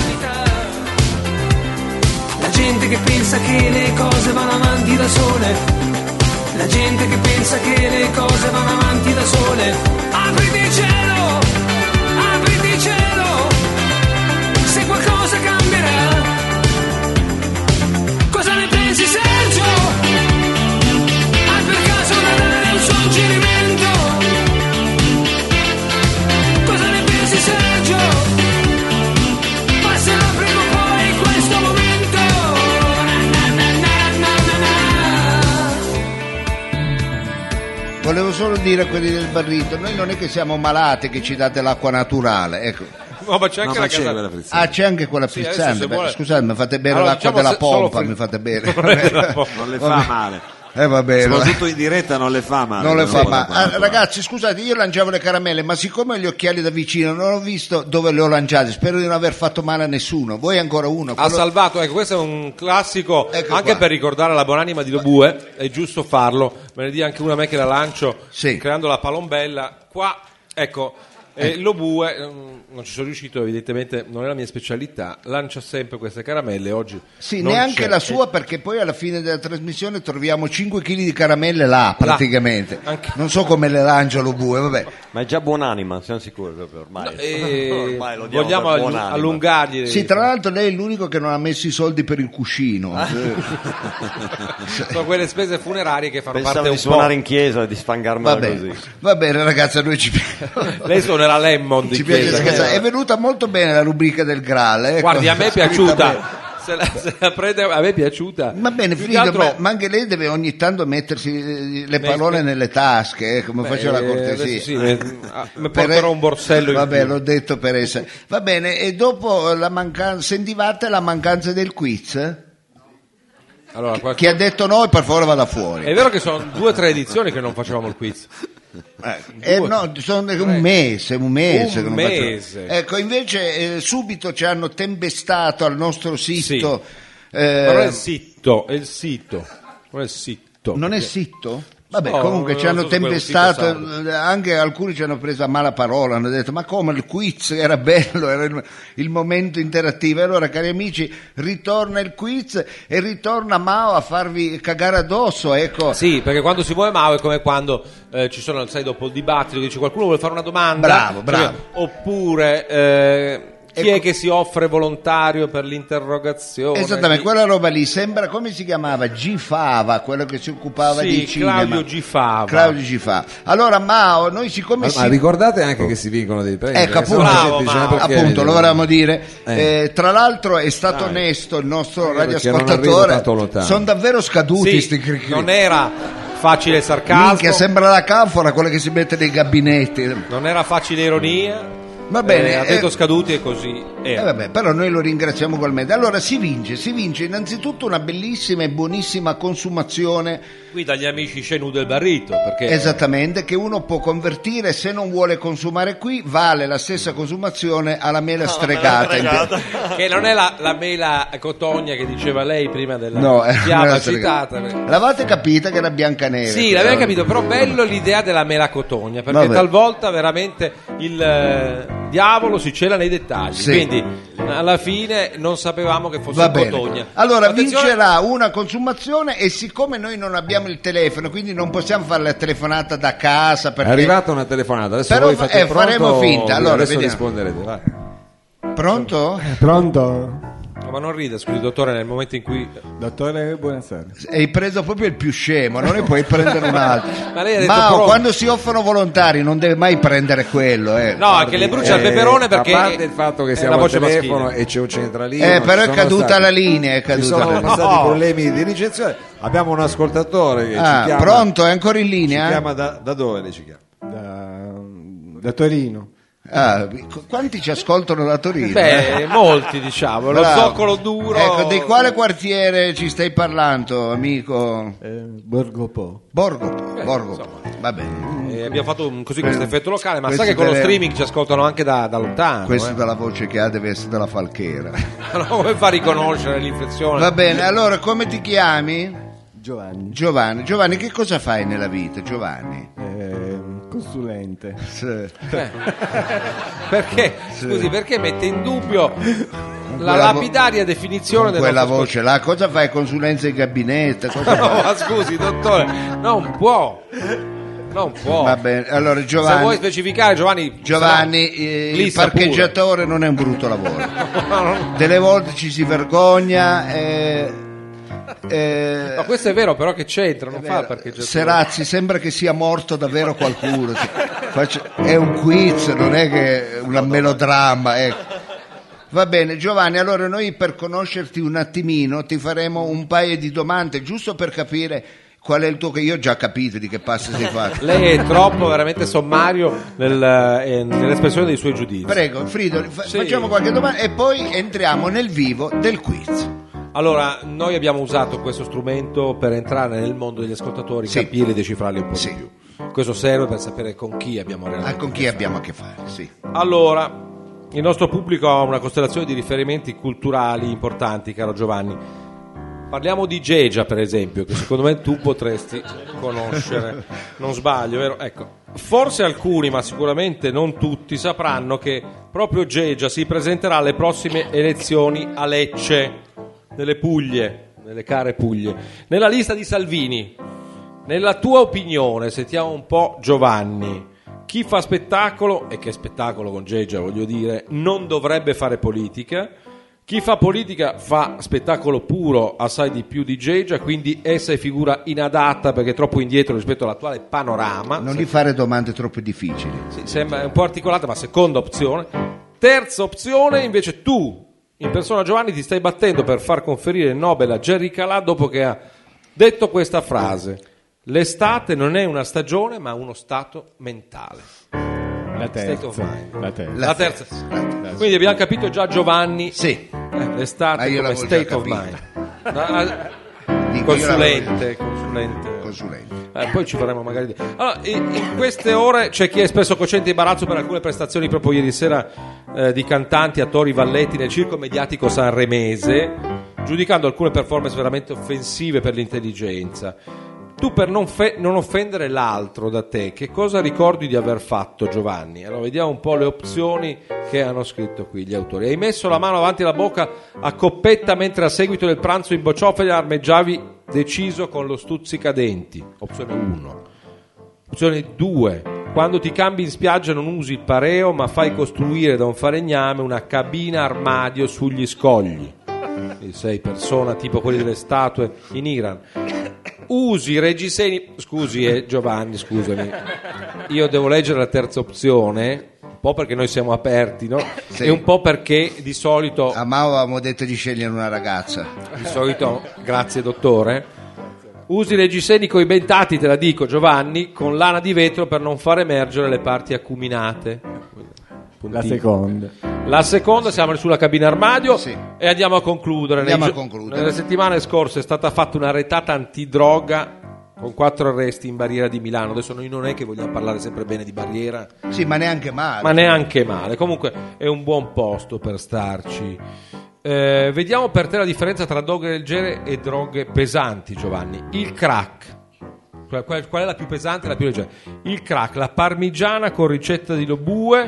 La gente che pensa che le cose vanno avanti da sole, la gente che pensa che le cose vanno avanti da sole. Apriti il cielo, apriti il cielo, se qualcosa cambierà. Cosa ne pensi Sergio? Hai per caso da dare un suggerimento? Cosa ne pensi Sergio? Passerà prima o poi questo momento. Na, na, na, na, na, na. volevo solo dire a quelli del Barrito, noi non è che siamo malati che ci date l'acqua naturale, ecco. No, ma c'è No, anche ma la c'è casa. quella frizzante. Ah, c'è anche quella Sì, adesso frizzante. se Beh, vuole- scusate, mi fate bere Allora, l'acqua diciamo della se- solo pompa, fri- mi fate bere. Non le fa male. Eh va bene. Soprattutto in diretta non le fa male. Non le fa Dopo male. la Ah, pompa. ragazzi, scusate, io lanciavo le caramelle, ma siccome ho gli occhiali da vicino non ho visto dove le ho lanciate. Spero di non aver fatto male a nessuno. Voi ancora uno. Ha quello- salvato, ecco, questo è un classico Ecco anche qua. per ricordare la buonanima di Lobue, è giusto farlo. Me ne dia anche una a me che la lancio Sì. creando la palombella. Qua, ecco, E lo bue, mm, non ci sono riuscito, evidentemente non è la mia specialità, lancia sempre queste caramelle, oggi Sì, non neanche c'è. la sua, perché poi alla fine della trasmissione troviamo cinque chili di caramelle là, praticamente. Anche- Non so come le lancia lo bue, vabbè. Ma è già buonanima, siamo sicuri proprio ormai. E Ormai lo diamo vogliamo per allu- buonanima. allungargli. Sì, tra l'altro lei è l'unico che non ha messo i soldi per il cuscino. Sono quelle spese funerarie che fanno Pensavo parte di un suonare po'. in chiesa e di Va sfangarmela bene, così. va bene ragazzi, a noi ci piace. Lei suonerà Lemon di Ci piace chiesa. scherzare. È venuta molto bene la rubrica del Graal. Ecco. Guardi, a me è Scritta piaciuta. bene. Se la, se la prende, a me è piaciuta. Va bene, Più che Frido, altro- ma, ma anche lei deve ogni tanto mettersi eh, le parole Beh, nelle tasche, eh, come Beh, faceva la eh, cortesia. adesso sì, mi- ah, mi Per- porterò un borsello in Vabbè, più. l'ho detto per essere. Va bene, e dopo la mancanza, sentivate la mancanza del quiz? Allora, qua- Chi ha detto no, per favore vada fuori. è vero che sono due o tre edizioni che non facevamo il quiz. Eh, no, sono un mese, un mese. Un che non mese. faccio- Ecco, invece eh, subito ci hanno tempestato al nostro sito. Ma non è eh, il sito, è il sito. Non è il sito. non è perché- sito? Vabbè, No, comunque ci non hanno so se quello tempestato, sito eh, anche alcuni ci hanno preso a mala parola, hanno detto ma come il quiz era bello, era il, il momento interattivo. E allora cari amici, ritorna il quiz e ritorna Mao a farvi cagare addosso, ecco. Sì, perché quando si muove Mao è come quando eh, ci sono, sai, dopo il dibattito, dice qualcuno vuole fare una domanda. Bravo, bravo. Cioè, oppure eh, chi Ecco. è che si offre volontario per l'interrogazione? Esattamente, Chi- quella roba lì sembra, come si chiamava? Gifava, quello che si occupava Sì, di cinema. Claudio Gifava. Claudio Gifava. Allora Mao, noi siccome Ma, si... ma ricordate anche che si vincono dei premi. Ecco, perché sennò appunto, è Bravo, semplice, Mao. perché- appunto, lo volevamo dire. Eh. Eh, tra l'altro è stato Dai. onesto il nostro Anche perché non arrivo radioascoltatore. tanto lontano. Sono davvero scaduti Sì, sti cri- non era facile sarcasmo, Minchia, sembra la canfora, quella che si mette nei gabinetti. non era facile ironia. Va bene, eh, ha detto eh, scaduti e così Eh, era. vabbè, però noi lo ringraziamo ugualmente. Allora si vince, si vince innanzitutto una bellissima e buonissima consumazione, Qui dagli amici Cenu del Barrito, perché esattamente, che uno può convertire. Se non vuole consumare qui, vale la stessa consumazione alla mela stregata. in pi- che non è la, la mela cotogna che diceva lei prima della No, è fiaba mela citata. stregata. L'avete capita che era Biancaneve? Sì, l'abbiamo capito, però bello l'idea della mela cotogna, perché Vabbè. talvolta veramente il eh, diavolo si cela nei dettagli, Sì. quindi alla fine non sapevamo che fosse Va bene. cotogna. Allora Attenzione- vincerà una consumazione, e siccome noi non abbiamo il telefono, quindi non possiamo fare la telefonata da casa, È perché... arrivata una telefonata, adesso Però voi fate eh, pronto, faremo finta. Allora, adesso vediamo. risponderete. Vai. Pronto? Pronto? No, ma non rida, scusi dottore, nel momento in cui Dottore, buonasera. Hai preso proprio il più scemo, non ne puoi prendere un altro. Ma lei ha detto Ma pronto. quando si offrono volontari non deve mai prendere quello, eh. no, che le brucia il peperone perché a parte il fatto che è siamo una al voce telefono maschile. e c'è un centralino, Eh, però ci è sono caduta stati- la linea, è ci caduta sono la linea. stati No. problemi di ricezione. Abbiamo un ascoltatore che Ah, ci chiama. pronto? È ancora in Ci linea? chiama da, da dove lei ci chiama? Da, da Torino. Ah, qu- quanti ci ascoltano da Torino? Beh, molti diciamo, lo Bravo. zoccolo duro. Ecco, di quale quartiere ci stai parlando, amico? Eh, Borgo Po. Borgo, Eh, Borgo. insomma. Va bene. Eh, abbiamo fatto un- così questo effetto locale, ma Questo sai che con lo delle- streaming ci ascoltano anche da, da lontano. Questa eh. dalla voce che ha deve essere della Falchera. No, come fa a riconoscere l'infezione? Va bene, allora come ti chiami? Giovanni. Giovanni. Giovanni, che cosa fai nella vita, Giovanni? Eh, consulente. Eh. Perché? Scusi, perché mette in dubbio la quella vo- lapidaria definizione Con del quella nostro voce là, cosa fai? Consulenza in gabinetto? Cosa ascolto. No, fai? ma scusi, dottore, non può. Non può. Va bene, allora Se Giovanni, vuoi specificare, Giovanni. Giovanni sarà eh, il lista parcheggiatore non è un brutto lavoro. pure. No, no, Delle volte ci si vergogna. eh, eh, no, questo è vero, però che c'entra? Non è fa il vero. parcheggiatore. Serazzi, sembra che sia morto davvero qualcuno. Faccio- è un quiz, non è che è un melodramma. Ecco. Va bene Giovanni, allora noi per conoscerti un attimino ti faremo un paio di domande, giusto per capire qual è il tuo, che io ho già capito di che passo si fa. Lei è troppo veramente sommario nel, eh, nell'espressione dei suoi giudizi. Prego, Frido, fa- Sì. facciamo qualche domanda e poi entriamo nel vivo del quiz. Allora, noi abbiamo usato questo strumento per entrare nel mondo degli ascoltatori, Sì. capire e decifrarli un po' Sì. di più. Questo serve per sapere con chi abbiamo Ah, realmente. con chi abbiamo a che fare? Sì. Allora, il nostro pubblico ha una costellazione di riferimenti culturali importanti, caro Giovanni. Parliamo di Gegia, per esempio, che secondo me tu potresti conoscere. Non sbaglio, vero? Ecco, forse alcuni, ma sicuramente non tutti, sapranno che proprio Gegia si presenterà alle prossime elezioni a Lecce, nelle Puglie, nelle care Puglie, nella lista di Salvini. Nella tua opinione, sentiamo un po' Giovanni, chi fa spettacolo, e che spettacolo con Gegia voglio dire, non dovrebbe fare politica. Chi fa politica fa spettacolo puro, assai di più di Gegia, quindi essa è figura inadatta perché è troppo indietro rispetto all'attuale panorama. Non gli fare domande troppo difficili. Sì, sembra un po' articolata, ma seconda opzione. Terza opzione, invece tu, in persona Giovanni, ti stai battendo per far conferire il Nobel a Gerry Calà dopo che ha detto questa frase: l'estate non è una stagione ma uno stato mentale. La terza. State of mind. La terza. La terza. Quindi abbiamo capito già Giovanni. Sì. Eh, l'estate Ma io come l'avevo state già of capito. mind. Ah, Dico, io consulente, consulente. l'avevo- consulente. Eh, poi ci faremo magari di- allora, in, in queste ore c'è chi ha espresso cosciente imbarazzo per alcune prestazioni proprio ieri sera eh, di cantanti, attori, valletti nel circo mediatico sanremese, giudicando alcune performance veramente offensive per l'intelligenza. Tu, per non, fe- non offendere l'altro da te, che cosa ricordi di aver fatto, Giovanni? Allora vediamo un po' le opzioni che hanno scritto qui gli autori. Hai messo la mano avanti alla bocca a coppetta mentre a seguito del pranzo in bocciofila armeggiavi deciso con lo stuzzicadenti. Opzione uno. Opzione due. Quando ti cambi in spiaggia non usi il pareo ma fai costruire da un falegname una cabina armadio sugli scogli. E sei persona tipo quelli delle statue in Iran. Usi reggiseni. Scusi, eh, Giovanni, scusami. Io devo leggere la terza opzione, un po' perché noi siamo aperti, no? Sì. E un po' perché di solito, A Mao avevamo detto di scegliere una ragazza. di solito, grazie dottore, usi reggiseni coibentati, te la dico Giovanni, con lana di vetro per non far emergere le parti acuminate. La Puntini. seconda. La seconda, siamo sulla cabina armadio, Sì. e andiamo a concludere. Andiamo Nei a gio- concludere. Nelle settimane scorse è stata fatta una retata antidroga con quattro arresti in Barriera di Milano. Adesso noi non è che vogliamo parlare sempre bene di Barriera, Sì, ma neanche male. ma neanche male. Comunque è un buon posto per starci. Eh, vediamo per te la differenza tra droghe leggere e droghe pesanti, Giovanni. Il crack. Qual, qual- qual è la più pesante e la più leggera? Il crack, la parmigiana con ricetta di Lobue,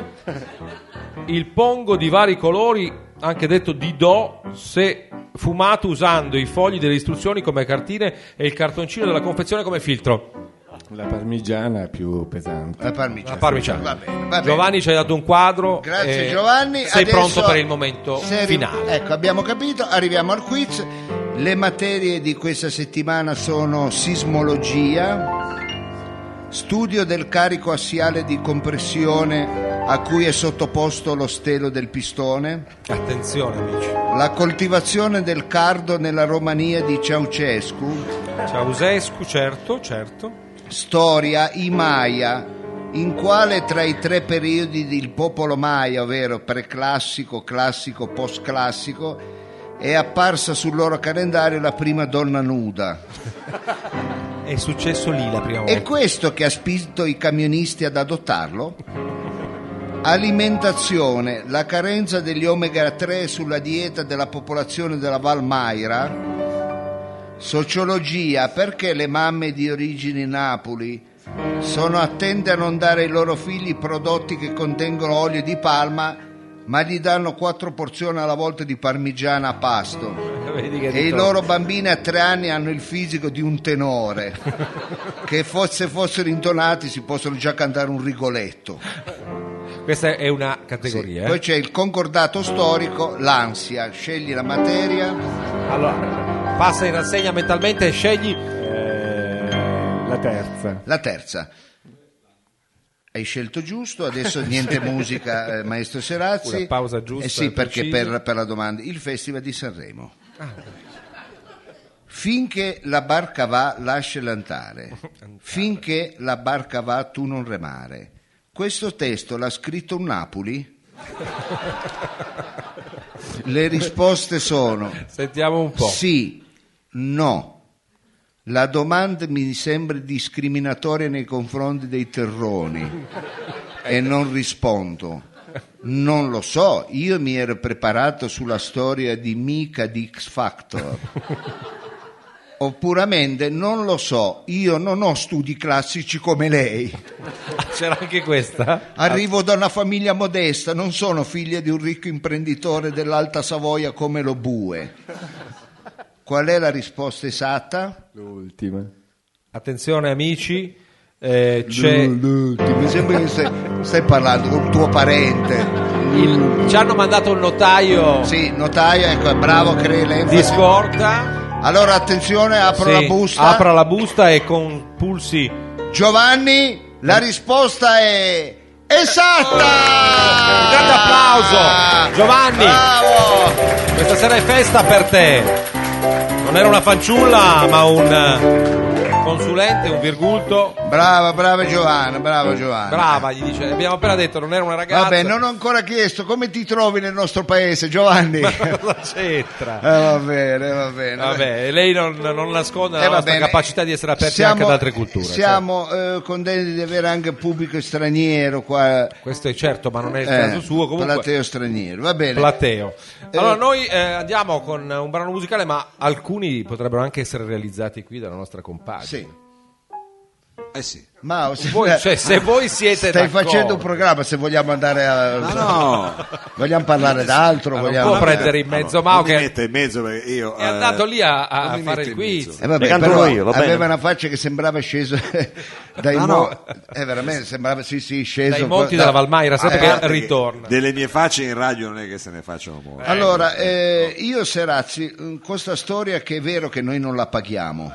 il pongo di vari colori, anche detto Didò, se fumato usando i fogli delle istruzioni come cartine e il cartoncino della confezione come filtro. La parmigiana è più pesante. La parmigiana. La parmigiana. Va bene, va bene. Giovanni ci hai dato un quadro. Grazie eh, Giovanni. Sei Adesso pronto per il momento se- finale. Ecco, abbiamo capito, arriviamo al quiz. Le materie di questa settimana sono sismologia, studio del carico assiale di compressione a cui è sottoposto lo stelo del pistone, Attenzione amici. la coltivazione del cardo nella Romania di Ceausescu, Ceausescu, certo, certo. storia, i Maya, in quale tra i tre periodi del popolo Maya, ovvero preclassico, classico, postclassico, è apparsa sul loro calendario la prima donna nuda. È successo lì la prima È volta. questo che ha spinto i camionisti ad adottarlo? Alimentazione, la carenza degli omega tre sulla dieta della popolazione della Val Maira. Sociologia, perché le mamme di origini Napoli sono attente a non dare ai loro figli prodotti che contengono olio di palma, ma gli danno quattro porzioni alla volta di parmigiana a pasto. Vedi che E i ritorno. loro bambini a tre anni hanno il fisico di un tenore, che se fossero intonati si possono già cantare un rigoletto. Questa è una Sì. categoria. eh. Poi c'è il concordato storico, l'ansia, scegli la materia. Allora, passa in rassegna mentalmente e scegli. Eh, la terza. La terza. Hai scelto giusto, adesso niente musica, eh, maestro Serazzi. Una pausa giusta Eh sì, e perché precisa. per, per la domanda. Il Festival di Sanremo. Finché la barca va, lasciala andare. Finché la barca va, tu non remare. Questo testo l'ha scritto un Napoli? Le risposte sono Sentiamo un po'. sì, no. La domanda mi sembra discriminatoria nei confronti dei terroni e non rispondo. Non lo so, io mi ero preparato sulla storia di Mika di X Factor. Oppuramente non lo so, io non ho studi classici come lei. C'era anche questa? Arrivo da una famiglia modesta, non sono figlia di un ricco imprenditore dell'Alta Savoia come lo Bue. Qual è la risposta esatta? L'ultima. Attenzione amici, eh, c'è... Mi sembra che stai, stai parlando con un tuo parente. Il... Ci hanno mandato un notaio Sì, notaio, ecco, è bravo, crei l'enfasi. di scorta. Allora attenzione, apro Sì, la busta. apra la busta e con pulsi... Giovanni, la risposta è esatta! Un grande applauso! Giovanni! Bravo! Questa sera è festa per te. Non era una fanciulla, ma un consulente, un virgulto. Brava, brava Giovanna, brava Giovanna. Brava, gli dice. Abbiamo appena detto, non era una ragazza. Vabbè, non ho ancora chiesto come ti trovi nel nostro paese, Giovanni. Ma cosa c'entra? Eh, va bene, va bene. Vabbè, lei non, non nasconde la Eh, va nostra bene. capacità di essere aperti Siamo- anche ad altre culture. Siamo eh, contenti di avere anche pubblico straniero qua. Cioè, questo è certo, ma non è il Eh, caso suo. Comunque, Plateo straniero, va bene. Plateo. Eh, Allora, noi eh, andiamo con un brano musicale, ma alcuni potrebbero anche essere realizzati qui dalla nostra compagna. Sì. Eh sì. Ma se, Voi- cioè, se voi siete stai d'accordo. facendo un programma, se vogliamo andare a Ma no, vogliamo parlare d'altro, Ma non vogliamo può prendere in mezzo non Mao mi che mette in mezzo perché io è andato eh, lì a, a non mi fare mette il in quiz. mezzo. Eh, vabbè, Le canto però io, va aveva bene. una faccia che sembrava sceso dai Ma mo- no. eh, veramente sembrava sì sì sceso Dai monti da- della Valmaira, sempre Ah, che eh, Perché ritorna. Delle mie facce in radio non è che se ne facciano molte. allora eh, io Serazzi con questa storia che è vero che noi non la paghiamo.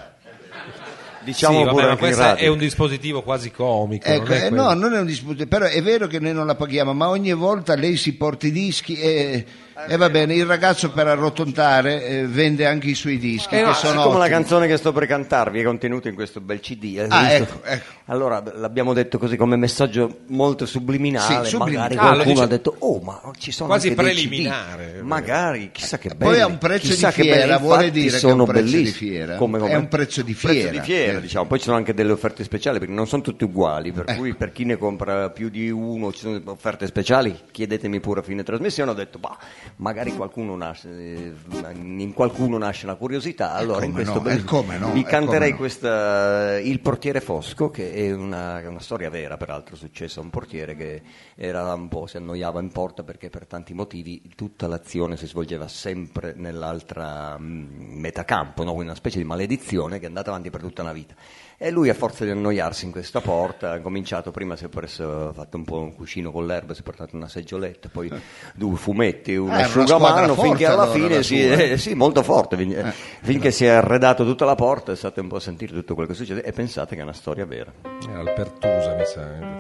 Diciamo Sì, vabbè, pure ma anche in questo radio. è un dispositivo quasi comico. Ecco, non è eh, quello. no, non è un disputo, però è vero che noi non la paghiamo, ma ogni volta lei si porta i dischi e, e va bene, il ragazzo per arrotondare eh, vende anche i suoi dischi, Eh che no, sono Come la ottimi. canzone che sto per cantarvi è contenuta in questo bel C D. eh, Ah, visto? ecco, ecco. Allora l'abbiamo detto così come messaggio molto subliminale. Sì, subliminale. Magari Ah, lo qualcuno dice- ha detto: oh, ma ci sono Quasi anche dei preliminare. C D. Magari, chissà che belli. Poi è un prezzo chissà di che belli. fiera, vuole Infatti dire che è sono un prezzo di bellissimi. fiera. Come, come? È un prezzo di Prezzo fiera. di fiera, Eh. diciamo. Poi ci sono anche delle offerte speciali perché non sono tutti uguali, per Eh. cui per chi ne compra più di uno ci sono offerte speciali. Chiedetemi pure a fine trasmissione. Ho detto: bah, magari qualcuno nasce, eh, in qualcuno nasce una curiosità. Allora in come questo no, bel- e come no, vi e canterei come no. questa Il portiere Fosco, che è una, una storia vera, peraltro successa a un portiere che era un po', si annoiava in porta perché per tanti motivi tutta l'azione si svolgeva sempre nell'altra mh, metà campo, no? Quindi una specie di maledizione che è andata avanti per tutta una vita. E lui, a forza di annoiarsi in questa porta, ha cominciato, prima si è preso, ha fatto un po' un cuscino con l'erba, si è portato una seggioletta, poi due fumetti, un Ah, era una squadra asciugamano, forte finché alla allora, fine la si, sua. eh, sì, molto forte, fin- eh, finché si è arredato tutta la porta, state un po' a sentire tutto quello che succede e pensate che è una storia vera. Era il Pertusa, mi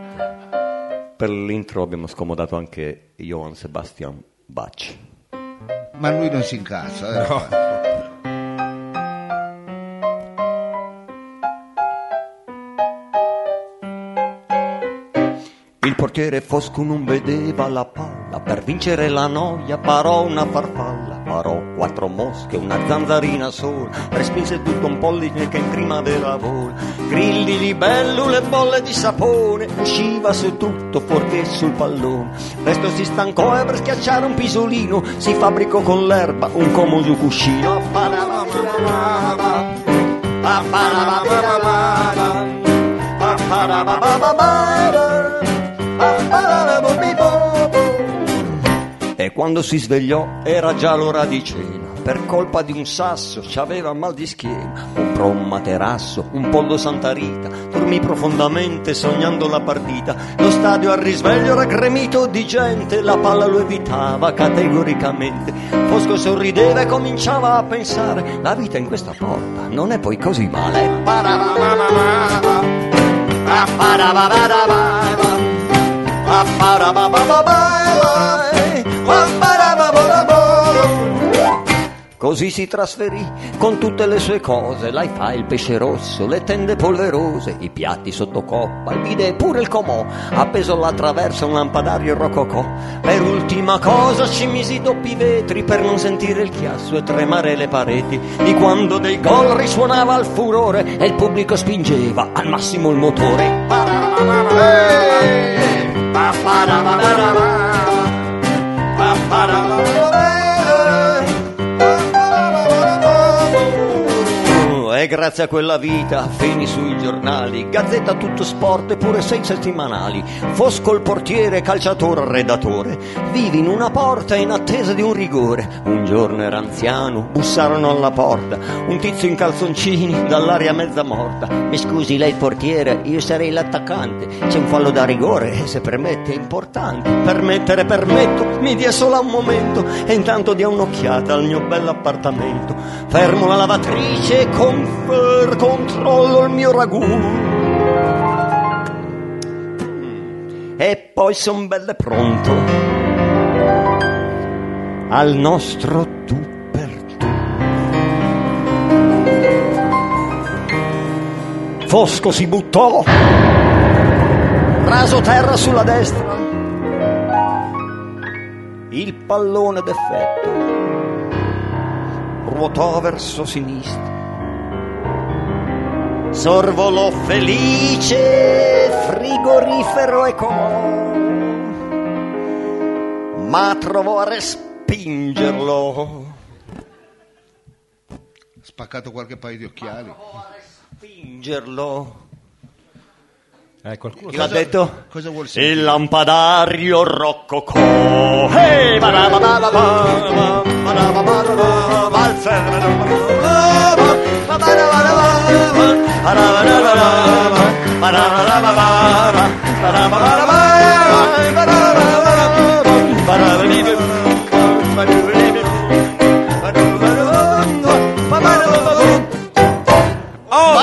sa. Per l'intro abbiamo scomodato anche Johann Sebastian Bach. Ma lui non si incazza. eh. Il portiere Fosco non vedeva la palla, per vincere la noia parò una farfalla, parò quattro mosche, una zanzarina sola, respinse tutto un polline che in primavera vola, grilli, libellule, bolle di sapone, usciva su tutto fuorché sul pallone, presto si stancò e per schiacciare un pisolino si fabbricò con l'erba un comodo cuscino. E quando si svegliò era già l'ora di cena. Per colpa di un sasso c'aveva mal di schiena. Comprò un materasso, un pollo Santa Rita. Dormì profondamente sognando la partita. Lo stadio al risveglio era gremito di gente. La palla lo evitava categoricamente. Fosco sorrideva e cominciava a pensare: la vita in questa porta non è poi così male. Così si trasferì con tutte le sue cose, l'hi-fi, il pesce rosso, le tende polverose, i piatti sotto coppa, il bidet e pure il comò, appeso alla traversa un lampadario rococò. Per ultima cosa ci misi doppi vetri per non sentire il chiasso e tremare le pareti, di quando dei gol risuonava il furore e il pubblico spingeva al massimo il motore. grazie a quella vita fini sui giornali, Gazzetta, Tutto Sport e pure sei settimanali. Fosco il portiere, calciatore, redattore, vivi in una porta in attesa di un rigore. Un giorno era anziano, bussarono alla porta, un tizio in calzoncini dall'aria mezza morta. Mi scusi, lei il portiere, io sarei l'attaccante, c'è un fallo da rigore, se permette è importante. Permettere permetto, mi dia solo un momento e intanto dia un'occhiata al mio bell'appartamento. Fermo la lavatrice, confer, controllo il mio ragù e poi son belle pronto al nostro tu per tu. Fosco si buttò, raso terra sulla destra, il pallone d'effetto ruotò verso sinistra. Sorvolò felice, frigorifero e comò, ma trovò a respingerlo. Spaccato qualche paio di occhiali. Trovò a respingerlo. Eh, qualcuno Chi l'ha detto? Cosa vuol sentire? Il lampadario rococò. Hey, barababababa, barababababa, barababababa, Oh,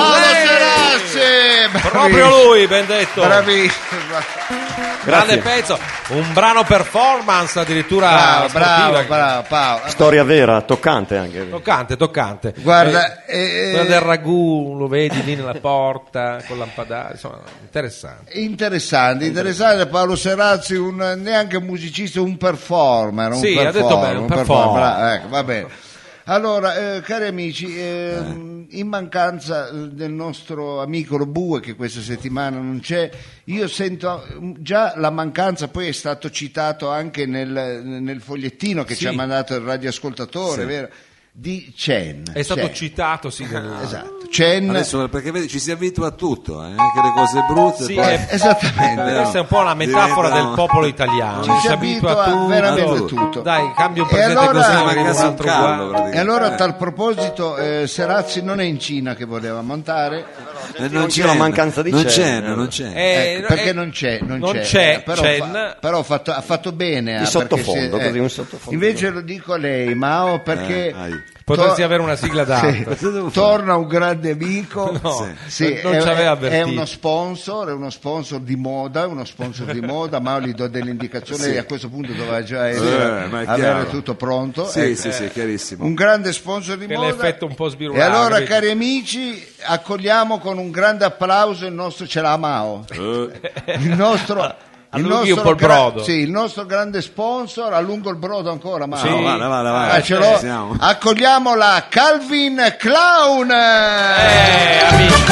proprio lui, ben detto. Bravissimo. Grande pezzo, un brano performance addirittura Bravo, bravo, sportiva. bravo, Paolo. storia vera, toccante anche. Toccante, toccante. Guarda, Eh, eh, quella del ragù, lo vedi lì nella porta con lampadario, insomma, interessante. Interessante, interessante. Paolo Serazzi, un, neanche un musicista, un performer. Un Sì, ha performer, detto bene, un performer. Bravo, ecco, va bene. Allora, eh, cari amici, eh, in mancanza del nostro amico Lobue, che questa settimana non c'è, io sento già la mancanza, poi è stato citato anche nel, nel fogliettino che Sì. ci ha mandato il radioascoltatore, Sì. vero? Di Chen. È stato Chen. citato, sì. nel- Esatto, Chen. Adesso perché vedi, ci si abitua a tutto, eh, anche le cose brutte. Sì, poi- è- Esattamente. Eh, Questa è un po' la metafora diventa- del popolo italiano. Ci si abitua a veramente tutto. Dai, cambio un E presente allora- così, Ma magari un mancasse un altro callo, uguale. praticamente. E allora a Eh. tal proposito, eh, Serazzi non è in Cina che voleva montare, Eh, non c'è la mancanza di non Chen. c'è, non c'è. Eh, ecco, no, perché eh, non c'è, non, non c'è, c'è, Eh, però, Chen. fa- però ha fatto, ha fatto bene. Di ah, sottofondo, perché se- così, un sottofondo. Invece lo dico a lei, Mao, perché Eh, hai. Potresti to- avere una sigla d'arte. Sì. Cosa devo fare? Torna un grande amico. No, Sì, non è, ci aveva è avvertito. uno sponsor, è uno sponsor di moda, uno sponsor di moda, ma gli do delle indicazioni, Sì. a questo punto doveva già Eh, essere- ma è avere chiaro. tutto pronto. Sì, Ecco. sì, sì, chiarissimo. Un grande sponsor di Che moda. l'effetto un po' E sbirulato. allora, vedi? cari amici, accogliamo con un grande applauso il nostro, ce l'ha Mao, il nostro, il Allunghi un nostro po' il brodo. sì, il nostro grande sponsor, allungo il brodo ancora, Mao. Sì. No, vada, vada, vada. Ah, ce l'ho. Ci siamo. Accogliamo la Calvin Clown. Eh, amici.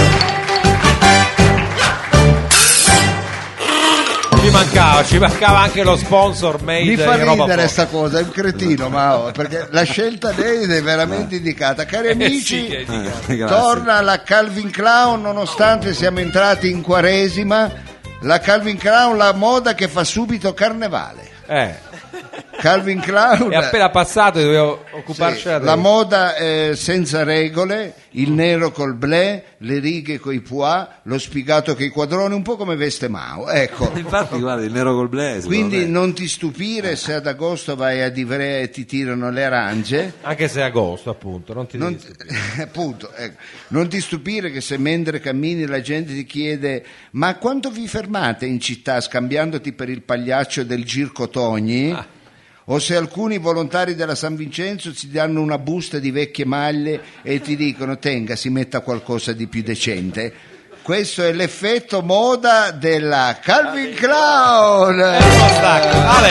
Ci mancava, ci mancava anche lo sponsor made Mi fa in roba ridere forte. sta cosa, è un cretino, Mao, perché la scelta lei è veramente indicata. Cari Eh, amici, sì, che è indicato. Eh, grazie. torna la Calvin Clown, nonostante siamo entrati in Quaresima, la Calvin Clown, la moda che fa subito carnevale. Eh, Calvin Clown è appena passato e dovevo sì, occuparci adesso. la moda eh, senza regole, il nero col blé, le righe coi pois, lo spigato coi quadroni, un po' come veste Mao, ecco. Infatti, guarda, il nero col blaze. Quindi vabbè. non ti stupire se ad agosto vai a Ivrea e ti tirano le arance. Anche se è agosto, appunto, non ti Non, devi stupire. appunto, ecco. Non ti stupire che se mentre cammini la gente ti chiede ma quanto vi fermate in città scambiandoti per il pagliaccio del Girco Togni? Ah. O se alcuni volontari della San Vincenzo ti danno una busta di vecchie maglie e ti dicono tenga, si metta qualcosa di più decente. Questo è l'effetto moda della Calvin Clown. Uno stacco. Ale.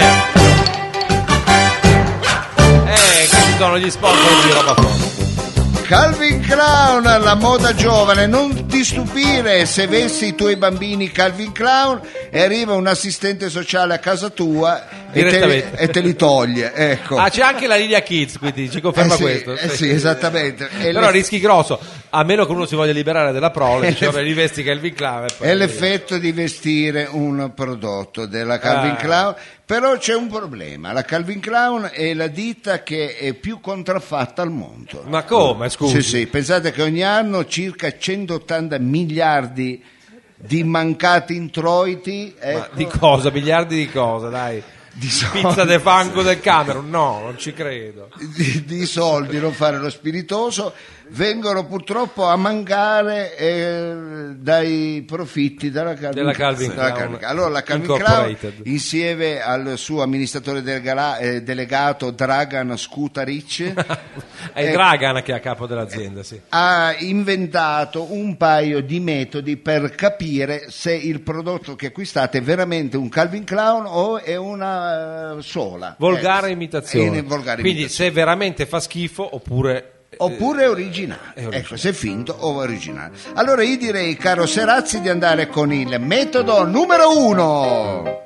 Eh, questi sono gli sponsor di roba forte. Calvin Clown, la moda giovane, non ti stupire se vessi i tuoi bambini Calvin Klein e arriva un assistente sociale a casa tua e te, Direttamente. e te li toglie, ecco. Ah, c'è anche la linea Kids, quindi ci conferma Eh sì, questo. eh sì, esattamente. E Però le- rischi grosso, a meno che uno si voglia liberare della prole, dice vabbè, rivesti Calvin Klein. e poi- È l'effetto di vestire un prodotto della Calvin Ah. Klein, però c'è un problema, la Calvin Klein è la ditta che è più contraffatta al mondo. Ma come, scusi? Sì, sì, pensate che ogni anno circa centottanta miliardi di mancati introiti, Ma ecco, di cosa? Miliardi di cosa, dai? di, soldi, Pizza de fango del Camerun? No, non ci credo. di- di soldi, non fare lo spiritoso, vengono purtroppo a mancare eh, dai profitti della Calvin, Della Calvin della Klein Calvin Klein. Allora la Calvin Klein, Incorporated. insieme al suo amministratore delega- eh, delegato Dragan Skutaric, È il Eh, Dragan che è a capo dell'azienda, sì. ha inventato un paio di metodi per capire se il prodotto che acquistate è veramente un Calvin Klein o è una eh, sola. Volgare Eh, imitazione. è in- volgare Quindi imitazione. se veramente fa schifo oppure... Oppure è originale. È originale. Ecco, se è finto o originale. Allora io direi, caro Serazzi, di andare con il metodo numero uno.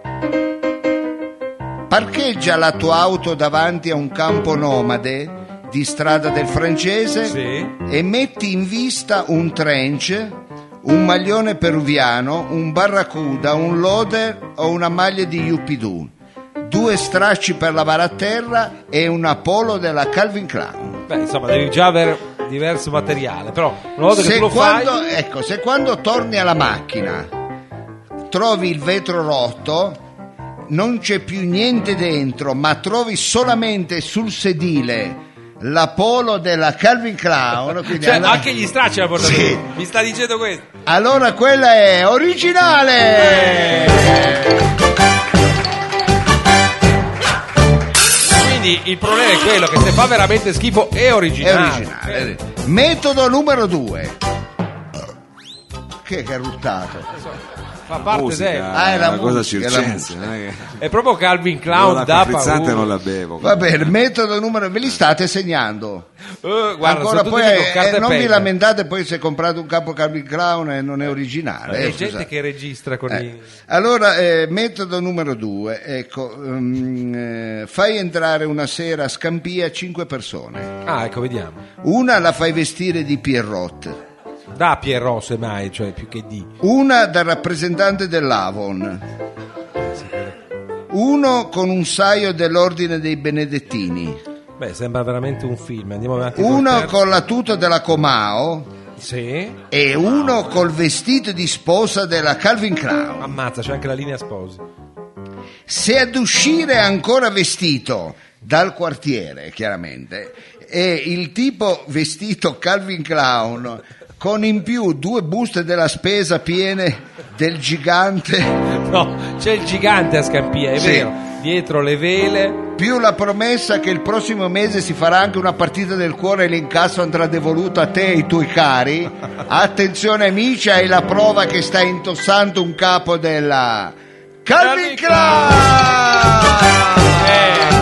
Parcheggia la tua auto davanti a un campo nomade di strada del Francese Sì. e metti in vista un trench, un maglione peruviano, un barracuda, un loader o una maglia di Yuppidoo, due stracci per lavare a terra e una polo della Calvin Klein. Beh, insomma, devi già avere diverso materiale, però una volta che Se tu lo quando, fai... ecco, se quando torni alla macchina trovi il vetro rotto, non c'è più niente dentro, ma trovi solamente sul sedile la polo della Calvin Klein, quindi Cioè, allora, anche gli stracci la portano. Sì. Mi sta dicendo questo? allora quella è originale. Quindi il problema è quello che se fa veramente schifo è È originale. originale. Metodo numero due. Che caruttato. Fa parte Musica, del... Ah, è la una cosa musica, è la circense, non è che- È proprio Calvin Io Klein la da frizzante paura. non la bevo. Va bene, metodo numero, ve li state segnando? Eh, guarda, Ancora sono poi tutti con eh, carta e non vi penna. lamentate poi se comprate un capo Calvin Klein e non è originale. C'è eh, gente scusate. che registra con Eh, i... Allora, eh, metodo numero due, ecco, ehm, eh, fai entrare una sera a Scampia cinque persone. Ah, ecco, vediamo. Una la fai vestire di Pierrot, Da Pierrot, semmai, cioè più che di... una da rappresentante dell'Avon, uno con un saio dell'ordine dei Benedettini, Beh, sembra veramente un film. Andiamo avanti. col uno terzo. con la tuta della Comao Sì. e uno col vestito di sposa della Calvin Klein. Ammazza, c'è anche la linea sposi. Se ad uscire è ancora vestito dal quartiere, chiaramente, e il tipo vestito Calvin Klein con in più due buste della spesa piene del gigante, No, c'è il gigante a Scampia, è Sì. vero. Dietro le vele. più la promessa che il prossimo mese si farà anche una partita del cuore e l'incasso andrà devoluto a te e ai tuoi cari. Attenzione amici, hai la prova che stai indossando un capo della Calvin Klein. Eh,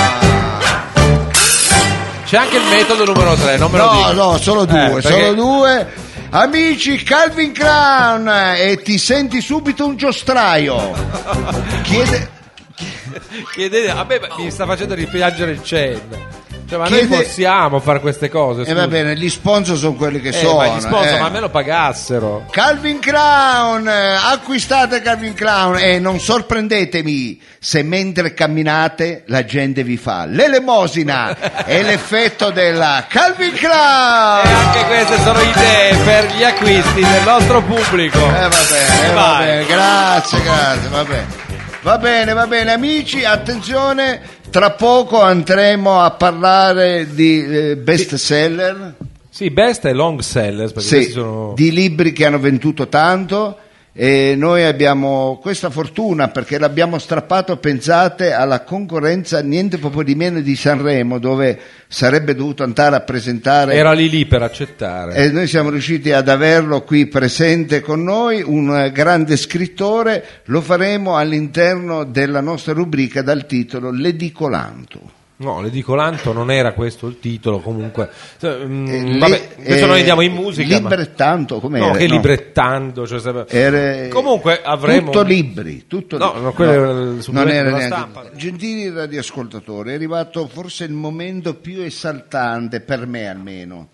così. C'è anche il metodo numero tre, non me lo No, dico. no, solo due, Eh, perché- solo due. Amici, Calvin Klein, e ti senti subito un giostraio. Chiede, Chiedete, a me mi sta facendo ripiangere il Chen. Cioè, ma Chiede- noi possiamo fare queste cose. e scusi. va bene, gli sponsor sono quelli che Eh, sono. ma gli sponsor, eh. ma almeno pagassero. Calvin Klein, eh, acquistate Calvin Klein e non sorprendetemi se mentre camminate la gente vi fa l'elemosina. È l'effetto della Calvin E Klein. anche queste sono idee per gli acquisti del nostro pubblico. Eh, va bene, eh, va Vai. bene, grazie, grazie, va bene. Va bene, va bene, amici, attenzione, tra poco andremo a parlare di eh, best seller, Sì, best e long sellers, perché sì, questi sono... di libri che hanno venduto tanto, e noi abbiamo questa fortuna perché l'abbiamo strappato, pensate, alla concorrenza niente proprio di meno di Sanremo, dove sarebbe dovuto andare a presentare. Era lì lì per accettare. E noi siamo riusciti ad averlo qui presente con noi, un grande scrittore. Lo faremo all'interno della nostra rubrica dal titolo L'edicolanto. No, l'edicolanto non era questo il titolo, comunque. Cioè, mm, Eh, vabbè, le- adesso eh, noi andiamo in musica. ma- Librettanto, com'era? No, che No. librettando. Cioè, sarebbe- Era- Comunque avremo. tutto libri, tutto No, libri. no, quello era il supplemento non era della neanche. stampa. Gentili radioascoltatori, è arrivato forse il momento più esaltante per me almeno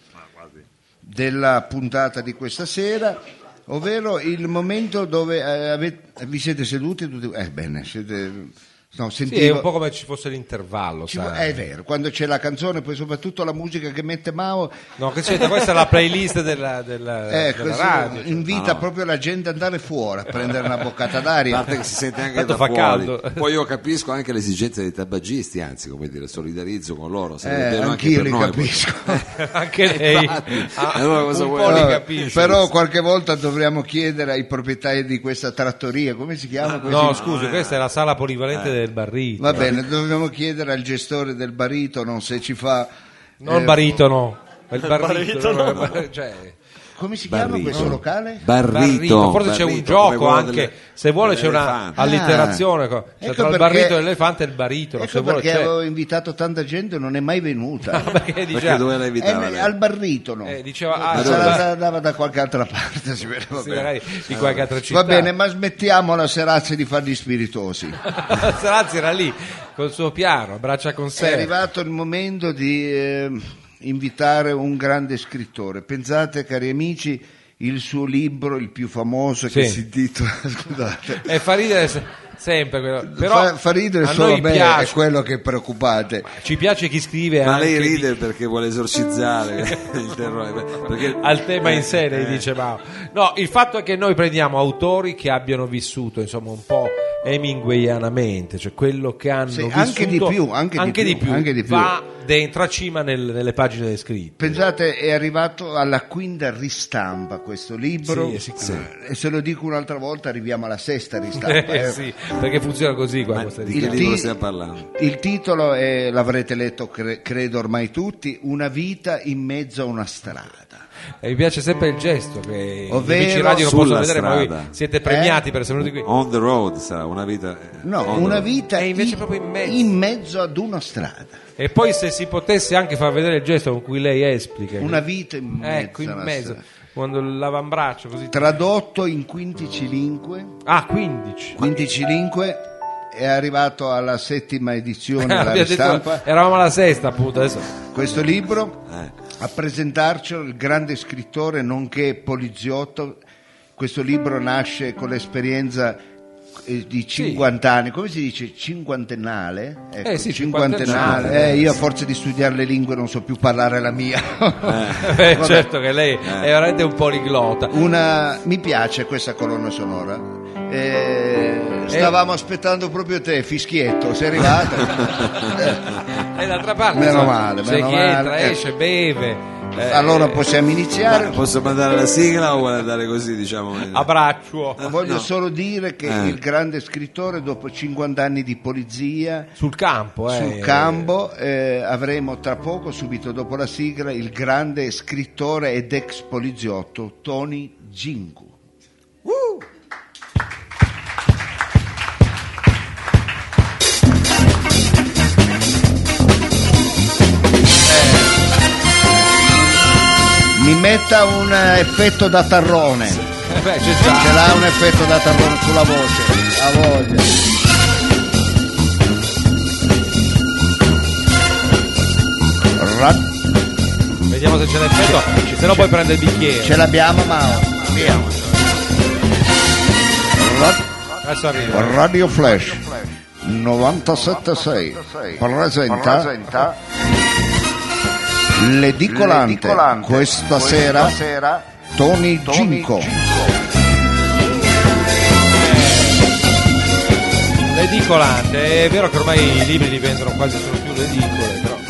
della puntata di questa sera, ovvero il momento dove eh, avete- vi siete seduti tutti. Eh, bene, siete. No, Sì, sentivo. è un po' come ci fosse l'intervallo. Ci- sai. è vero, quando c'è la canzone, poi soprattutto la musica che mette Mao, No, che c'entra? Questa è la playlist della, della, eh, della questo radio. cioè. invita proprio la gente ad andare fuori a prendere una boccata A d'aria. parte che si sente anche Tanto da fa fuori. caldo. Poi io capisco anche le esigenze dei tabagisti, anzi, come dire, solidarizzo con loro. sarebbe Eh, bello anche anch'io per li noi, capisco. Anche lei. Infatti. Ah, Allora cosa un vuoi? po' li Allora, capisce. Però qualche volta dovremmo chiedere ai proprietari di questa trattoria, come si chiama? Come No, si- scusi, questa è la sala polivalente del Barrito. Va bene, dobbiamo chiedere al gestore del baritono se ci fa. Non il eh, baritono, il barrito. no, cioè, Come si chiama Barrito. questo locale? Barrito, barrito. Forse c'è un barrito, come gioco quello anche. delle- Se vuole c'è una dell'elefante. allitterazione. co- cioè, ecco tra il perché- barrito e l'elefante e il baritono. se Ecco vuole perché c'è. avevo invitato tanta gente e non è mai venuta. Perché Perché diceva, dove la Eh, invitava ma- lei? al barritono. eh, diceva Ma ah, sarà dove- da- andava da qualche altra parte, si vede, va sì, bene. magari di qualche altra città. Va bene, ma smettiamola Serazzi di fare gli spiritosi. Serazzi era lì col suo piano, a braccia con È sé. arrivato il momento di eh, invitare un grande scrittore. Pensate, cari amici, il suo libro, il più famoso, che Sì. si intitola, scusate, E fa ridere se- sempre quello. Però fa, fa ridere a solo a noi me, piace, è quello che è preoccupante. ci piace chi scrive Ma anche lei di- ride perché vuole esorcizzare il terrore. Perché... al tema in sé, lei Eh. dice Mao. No, il fatto è che noi prendiamo autori che abbiano vissuto, insomma, un po' hemingwayanamente, cioè quello che hanno Sì, vissuto anche di più, anche di più, anche di più. va dentro a cima nel- nelle pagine scritte. Pensate, è arrivato alla quinta ristampa questo libro, Sì, sì, sì. e se lo dico un'altra volta arriviamo alla sesta ristampa. Eh, eh. sì, perché funziona così qua questa Di edizione. che Il libro ti- stiamo parlando? Il titolo è, l'avrete letto cre- credo ormai tutti, Una vita in mezzo a una strada. E mi piace sempre il gesto che Ovvero gli amici radio non sulla possono vedere, ma voi strada. siete premiati per essere venuti qui. On the road sarà una vita. No, on the una road. vita E invece in, proprio in mezzo. in mezzo ad una strada. E poi se si potesse anche far vedere il gesto con cui lei esplica. Una vita in mezzo Ecco, in alla mezzo, strada. quando l'avambraccio così. Tradotto in quindici lingue, Ah, quindici. quindici lingue, è arrivato alla settima edizione della Abbiamo detto- ristampa. eravamo alla sesta, appunto. Adesso. Questo libro, Eh. a presentarcelo il grande scrittore nonché poliziotto. Questo libro nasce con l'esperienza eh, di cinquanta anni, come si dice? Cinquantennale? Ecco, Eh sì, cinquantennale. cinquantennale. Eh, io a forza di studiare le lingue non so più parlare la mia. Eh, Vabbè. certo che lei è veramente un poliglota. Una, mi piace questa colonna sonora. Eh, stavamo aspettando proprio te, Fischietto, sei arrivato? E d'altra parte, Meno insomma, male, c'è meno chi male. entra, Eh. esce, beve. eh, Allora possiamo iniziare. Posso mandare la sigla o vuole andare così, diciamo? a braccio Voglio No. solo dire che Eh. il grande scrittore, dopo cinquanta anni di polizia sul campo. Eh. sul campo, eh, avremo tra poco, subito dopo la sigla, il grande scrittore ed ex poliziotto Tony Gingu. Mi metta un eh, effetto da tarrone. Eh beh, c'è già. Ce l'ha un effetto da tarrone sulla voce, a voglia. Ra- Vediamo se c'è l'effetto, se no poi prende il bicchiere. ce l'abbiamo, Mao? Abbiamo. Ra- Adesso arriva. Radio Flash novantasette sei presenta l'edicolante, questa sera Tony Ginko. L'edicolante, è vero che ormai i libri li vendono quasi solo più le edicole, però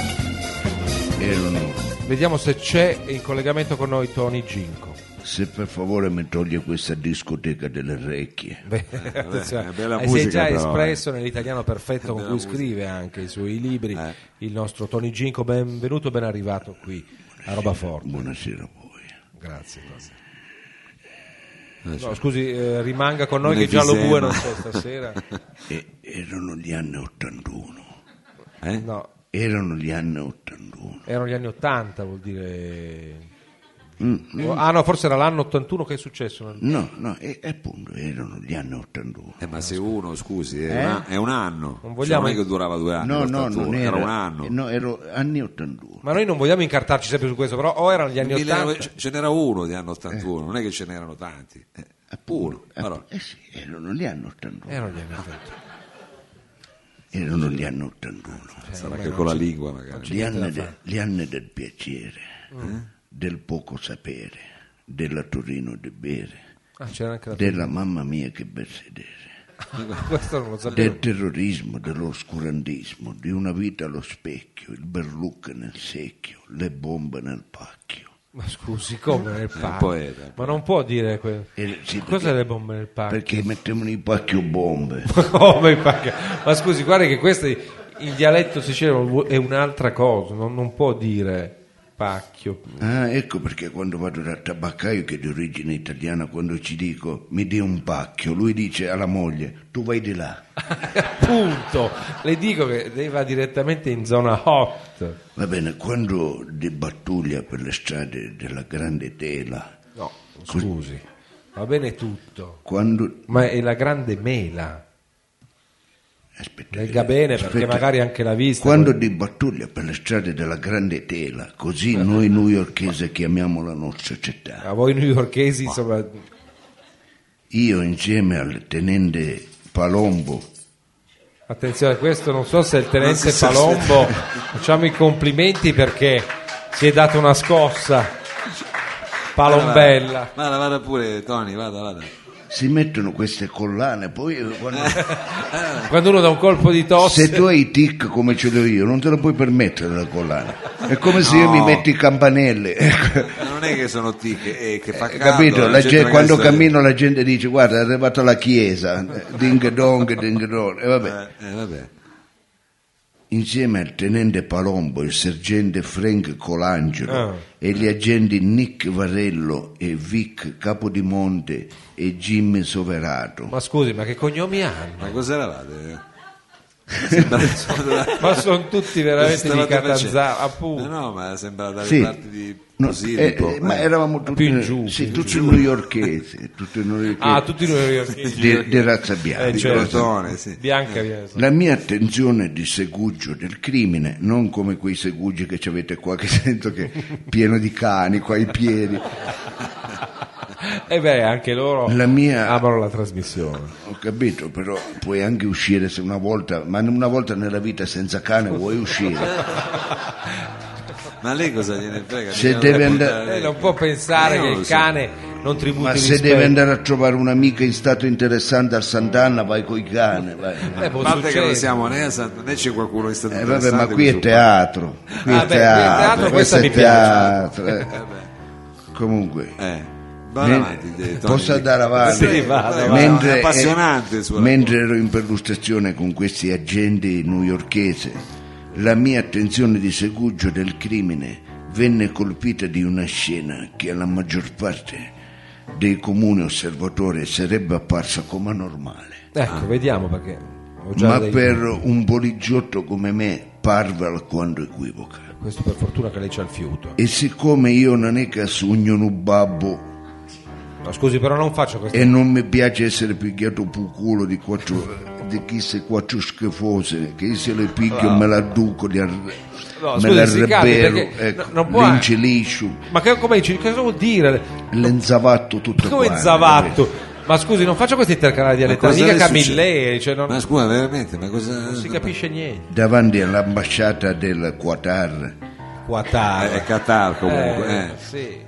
vediamo se c'è in collegamento con noi Tony Ginko. Se per favore mi toglie questa discoteca delle orecchie. Beh, attenzione, è bella eh, si è musica già però, espresso nell'italiano perfetto con cui scrive anche i suoi libri. Eh. Il nostro Tony Ginko, benvenuto, ben arrivato qui a Roba Forte. Buonasera a voi. Grazie, grazie. Eh, No, scusi, eh, rimanga con noi Un che già lo efisema. bue non c'è stasera. E erano gli anni ottantuno. Eh? No, erano gli anni ottantuno. Erano gli anni ottanta, vuol dire... Mm, mm. Ah no, forse era l'anno ottantuno, che è successo? No, no, e, appunto erano gli anni ottantuno. Eh, ma se uno, scusi, è, una- è un anno, Non vogliamo- cioè, non è che durava due anni, No, no, l'ottantuno, non era, era, un anno. no, ero anni ottantuno. Ma noi non vogliamo incartarci sempre su questo, però o erano gli anni Mille- ottanta... ce n'era uno di anni ottantuno, non è che ce n'erano tanti. Eh, uno, allora, Eh sì, erano gli anni ottantuno. Erano gli anni ottanta. Erano gli anni ottantuno. sarà che con la lingua magari. Gli anni, de- gli anni del piacere, del poco sapere, della Torino de bere, Ah, c'era anche la... della mamma mia che bel sedere, Questo non lo sapevo. del terrorismo, dell'oscurantismo, di una vita allo specchio, il bel look nel secchio, le bombe nel pacchio. Ma scusi, come nel pacchio? poeta. Ma non può dire que... Eh, sì, Cos'è perché- le bombe nel pacchio? Perché mettevano i pacchio bombe. Come il pacchio? Ma scusi, guarda che questo è- il dialetto siciliano è un'altra cosa, non, non può dire pacchio. Ah, ecco perché quando vado dal tabaccaio, che è di origine italiana, quando ci dico mi dia un pacchio, lui dice alla moglie tu vai di là. Appunto, le dico che lei va direttamente in zona hot. Va bene, quando debattuglia per le strade della grande tela, No, scusi, va bene tutto, quando... ma è la grande mela. Aspetta, Legga bene, perché aspetta. magari anche la vista... Quando debattuglia per le strade della grande tela, così noi newyorkesi chiamiamo la nostra città. A voi newyorkesi, insomma... Io insieme al tenente Palombo, Attenzione, questo non so se il tenente Non si sa Palombo, facciamo i complimenti perché si è dato una scossa. Palombella. Vada, vada pure, Tony, vada, vada. si mettono queste collane, poi quando... Quando uno dà un colpo di tosse... se tu hai tic come ce l'ho io non te lo puoi permettere la collana, è come se io No. mi metti i campanelli. Non è che sono tic, è che fa caldo. Capito? La gente gente- magari quando sta- cammino la gente dice guarda è arrivato alla chiesa, ding dong ding dong, e vabbè. Eh, eh, vabbè. Insieme al tenente Palombo, il sergente Frank Colangelo Ah. e gli agenti Nick Varello e Vic Capodimonte e Jimmy Soverato. Ma scusi, ma che cognomi hanno? Ma cos'eravate? Sembra... Ma sono tutti veramente di Stavate Catanzaro, facendo- appunto. No, no, ma sembra dalle Sì. parti di No, Posillipo. eh, eh, ma eravamo tutti, Più in giù, sì, più in tutti newyorkesi, tutti newyorkesi Ah, tutti noi di, di razza bianca. Eh, certo. Crotone, sì. Bianca viene. La mia attenzione è di segugio del crimine, non come quei segugi che ci avete qua, che sento che è pieno di cani qua ai piedi. E beh, anche loro La mia- amano la trasmissione. Ho capito, però puoi anche uscire se una volta, ma una volta nella vita senza cane vuoi uscire. Ma lei cosa gliene frega? Se Mica deve non andare- può Lei dare- non può pensare Eh, che non il lo so. cane non tributi Ma se rispetto. devi andare a trovare un'amica in stato interessante al Sant'Anna, vai coi cani, vai. Eh, può A parte che succedere. non siamo né a San... né c'è qualcuno in stato Eh, vabbè, ma interessante qui è sul teatro, qui Ah, è beh, qui è teatro, teatro, questo questa è mi piace. teatro, eh. Comunque, palco. Eh, vada men- avanti, eh, Tony. posso andare avanti? Sì, vada, vada. Mentre, È appassionante il suo eh, mentre ero in perlustrazione con questi agenti newyorkesi, la mia attenzione di segugio del crimine venne colpita di una scena che alla maggior parte dei comuni osservatori sarebbe apparsa come normale. Ecco, vediamo perché ho già Ma dei- per un poliziotto come me parve alquanto equivoca. questo per fortuna che lei c'ha il fiuto. E siccome io non è che sogno un babbo No, scusi, però non faccio questo. e non mi piace essere pigliato pu culo di quattro di chissà quattro schifose, che se le piglio me la duco, li arre- No, me scusi, la si calmi, rebero, perché ecco, no- non può- l'inciliscio, Ma che, come dici, cosa vuol dire? l'enzavatto tutto Come quanto, zavatto? Ma scusi, non faccio questi intercalari dialettali, cosa mica le succede? Camilleri, cioè non, Ma scusa, veramente, ma cosa... non si capisce niente. davanti all'ambasciata del Qatar. Qatar. Eh, È Qatar comunque, Eh, eh. sì.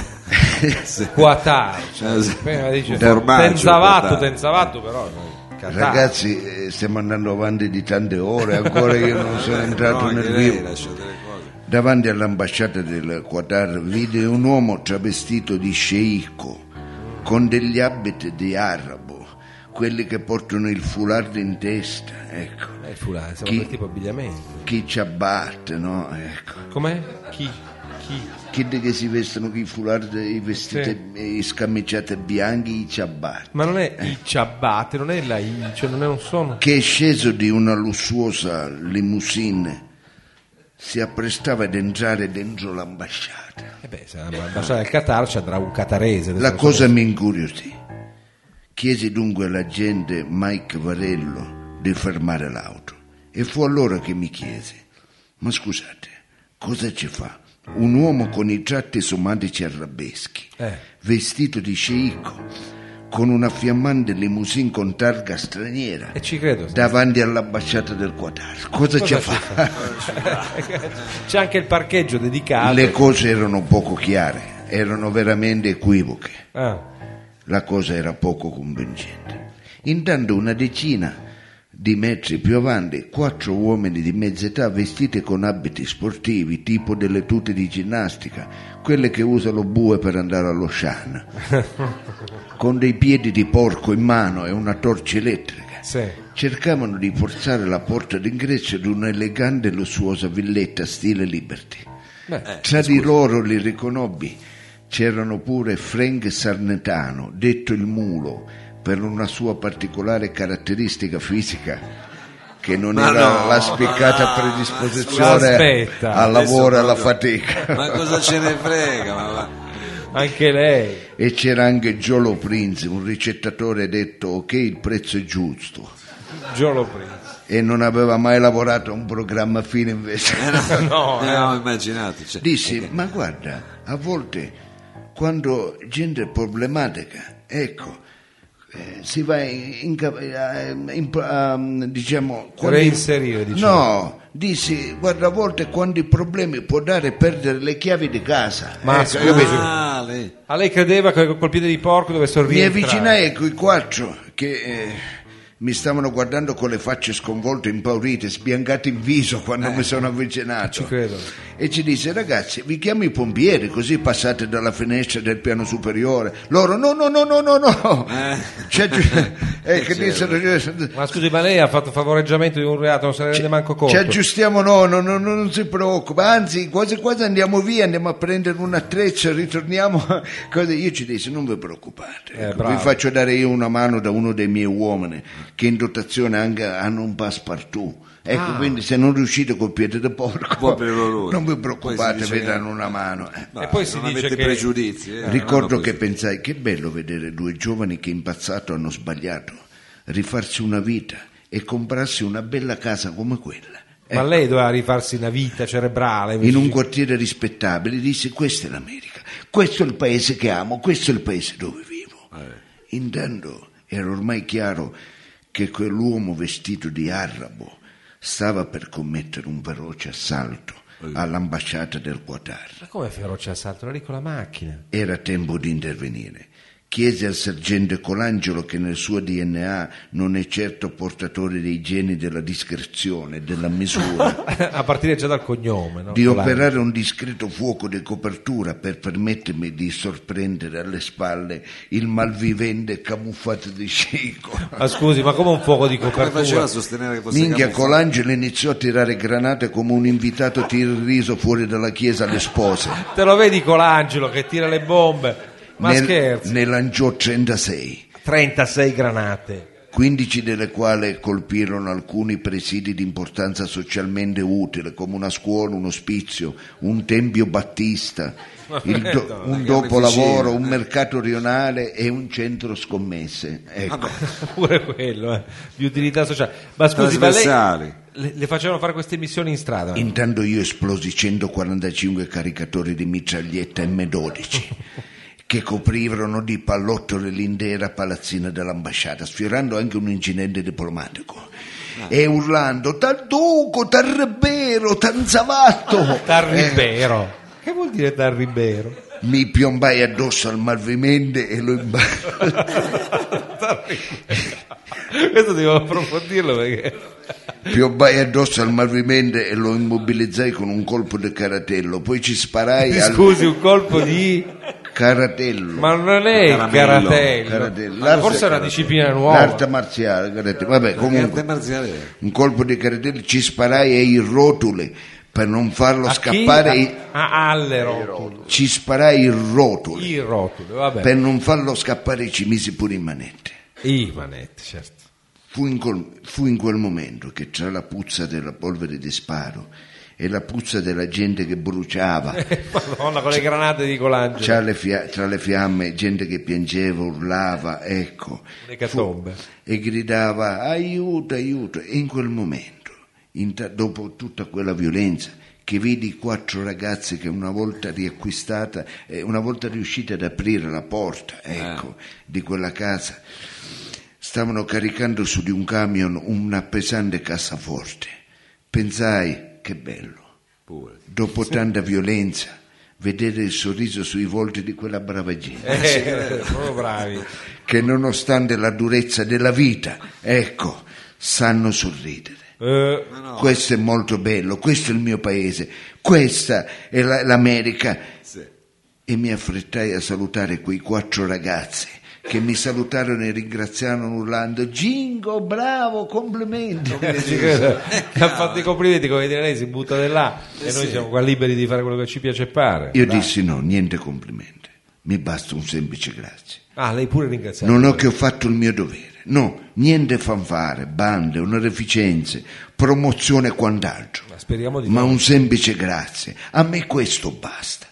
Eh. Sì. Qatar. Eh, sì. Prima dice Formaggio, tenzavatto, Qatar. tenzavatto, però Qatar. Ragazzi, eh, stiamo andando avanti di tante ore, ancora io non sono entrato No, nel che lei vivo. lascia delle cose. Davanti all'ambasciata del Qatar vide un uomo travestito di sceicco con degli abiti di arabo, quelli che portano il foulard in testa, ecco, Eh, fulano, siamo Chi- per tipo abbigliamento. chi ci abbatte, no? Ecco. Com'è? Chi? Chi? Quelli che si vestono con i foulard, i vestiti, i scamiciati bianchi, i ciabatte. Ma non è i ciabatte, non è la I, cioè non è un sono. Che è sceso di una lussuosa limousine si apprestava ad entrare dentro l'ambasciata. Eh beh, se l'ambasciata del Qatar ci andrà un qatarese. La cosa mi incuriosì. Chiesi dunque all'agente Mike Varello di fermare l'auto e fu allora che mi chiese: ma scusate, cosa ci fa un uomo con i tratti somatici arabeschi, Eh. vestito di sceicco, con una fiammante limousine con targa straniera, E ci credo. davanti all'ambasciata del Qatar? Cosa, Cosa ci ci fa? C'è anche il parcheggio dedicato. Le cose erano poco chiare, erano veramente equivoche. Ah. La cosa era poco convincente. Intanto una decina di metri più avanti, quattro uomini di mezza età vestiti con abiti sportivi, tipo delle tute di ginnastica, quelle che usano bue per andare allo Shan, con dei piedi di porco in mano e una torcia elettrica. Sì. Cercavano di forzare la porta d'ingresso di un'elegante e lussuosa villetta stile Liberty. Beh, Tra di loro li riconobbi. C'erano pure Frank Sarnetano, detto il Mulo, per una sua particolare caratteristica fisica, che non Ma era no, la spiccata ah, predisposizione aspetta. al lavoro e alla Adesso fatica. Ma cosa ce ne frega? Ma va. anche lei. E c'era anche Giolo Prince, un ricettatore detto ok, il prezzo è giusto, Giolo Prince. e non aveva mai lavorato a un programma fine invece. No, Eh, eh. no, immaginate. Cioè, Dissi, ma guarda, a volte quando gente problematica, ecco, eh, si va in, in, in, um, diciamo, quando- Reinserire, diciamo. No, dissi, guarda, a volte quando i problemi può dare perdere le chiavi di casa. Ma Ecco, scusi, capito? ah, lei. Ah, lei credeva che col piede di porco dovesse Mi rientrare? avvicinai a quei quattro che eh, mi stavano guardando con le facce sconvolte, impaurite, sbiancate in viso quando mi sono avvicinato. Ci credo. E ci disse: ragazzi, vi chiamo i pompieri così passate dalla finestra del piano superiore. Loro: no, no, no, no, no, no. Eh. Cioè, eh, che dissero, Ma scusi, ma lei ha fatto favoreggiamento di un reato, non se ne rende manco conto. ci aggiustiamo, no, no, no, no, non si preoccupa, anzi quasi quasi andiamo via, andiamo a prendere un attrezzo, ritorniamo. Così io ci dissi: non vi preoccupate, Eh, ecco, bravo. vi faccio dare io una mano da uno dei miei uomini che in dotazione anche hanno un passepartout. Ecco, Ah. quindi se non riuscite col piede di porco, Proprio lui. non vi Poi preoccupate, si dice vi che- danno una mano. eh. Ma E poi si non dice avete che- pregiudizi. eh, Ricordo non che così. pensai: che bello vedere due giovani che in passato hanno sbagliato, rifarsi una vita e comprarsi una bella casa come quella. Ma Ecco, lei doveva rifarsi una vita cerebrale. in un quartiere rispettabile, disse: questa è l'America, questo è il paese che amo, questo è il paese dove vivo. Intanto era ormai chiaro che quell'uomo vestito di arabo stava per commettere un feroce assalto all'ambasciata del Qatar. Ma come feroce assalto? Era lì con la macchina. Era tempo di intervenire. Chiese al sergente Colangelo, che nel suo D N A non è certo portatore dei geni della discrezione e della misura, A partire già dal cognome, no? di Con la- operare un discreto fuoco di copertura per permettermi di sorprendere alle spalle il malvivente camuffato di scico. Ma scusi, ma come un fuoco di Come faceva copertura? a sostenere che fosse Minchia, camuffato? Colangelo iniziò a tirare granate come un invitato tira il riso fuori dalla chiesa alle spose. Te lo vedi Colangelo che tira le bombe? Ma Ne- scherzi. ne lanciò trentasei. trentasei granate. quindici delle quali colpirono alcuni presidi di importanza socialmente utile, come una scuola, un ospizio, un tempio battista, il do- un dopolavoro, un mercato rionale e un centro scommesse. Ecco. Pure quello, eh, di utilità sociale. Ma scusi, ma lei Trasversali. le, le facevano fare queste missioni in strada? Intanto io esplosi centoquarantacinque caricatori di mitraglietta emme dodici che coprirono di pallottole l'intera palazzina dell'ambasciata, sfiorando anche un incidente diplomatico. E urlando: Tarduco, Tarrebero, Tanzavatto! Tarribero. Che vuol dire Tarribero? Eh, mi piombai addosso al malvivente e lo imba- Questo devo approfondirlo perché... piombai addosso al malvivente e lo immobilizzai con un colpo di caratello. Poi ci sparai al Scusi, un colpo di... caratello. Ma non è il Caramello. caratello. Caratello. Ma L'arte- forse è una disciplina nuova. L'arte marziale, caratello. Vabbè, Arte comunque, marziale. un colpo di caratello, ci sparai ai rotoli per non farlo A chi? scappare. i- A, alle rotule. Ci sparai i rotoli I rotuli, vabbè. per non farlo scappare, ci misi pure in manette. I manetti, certo. Fu in, quel, fu in quel momento che tra la puzza della polvere di sparo e la puzza della gente che bruciava. Madonna, con le granate di Colangelo. Tra le, fia- tra le fiamme, gente che piangeva, urlava, ecco, Un'ecatombe. fu- e gridava aiuto, aiuto. E in quel momento, in ta- dopo tutta quella violenza, che vedi quattro ragazze che una volta riacquistata, eh, una volta riuscite ad aprire la porta, ecco, di quella casa, stavano caricando su di un camion una pesante cassaforte. Pensai, che bello, dopo tanta violenza, vedere il sorriso sui volti di quella brava gente, Eh, proprio bravi. che nonostante la durezza della vita, ecco, sanno sorridere. Eh, Questo è molto bello, questo è il mio paese, questa è la- l'America. E mi affrettai a salutare quei quattro ragazzi che mi salutarono e ringraziarono urlando Gingo, bravo, complimenti. ci credo. Ha fatto i complimenti, come dire, lei si butta di là e noi siamo qua liberi di fare quello che ci piace fare. Io dissi no, niente complimenti, mi basta un semplice grazie. Ah, lei pure ringraziato. Non ho che ho fatto il mio dovere, no, niente fanfare, bande, onorificenze, promozione e quant'altro, Ma speriamo di ma no. un semplice grazie, a me questo basta.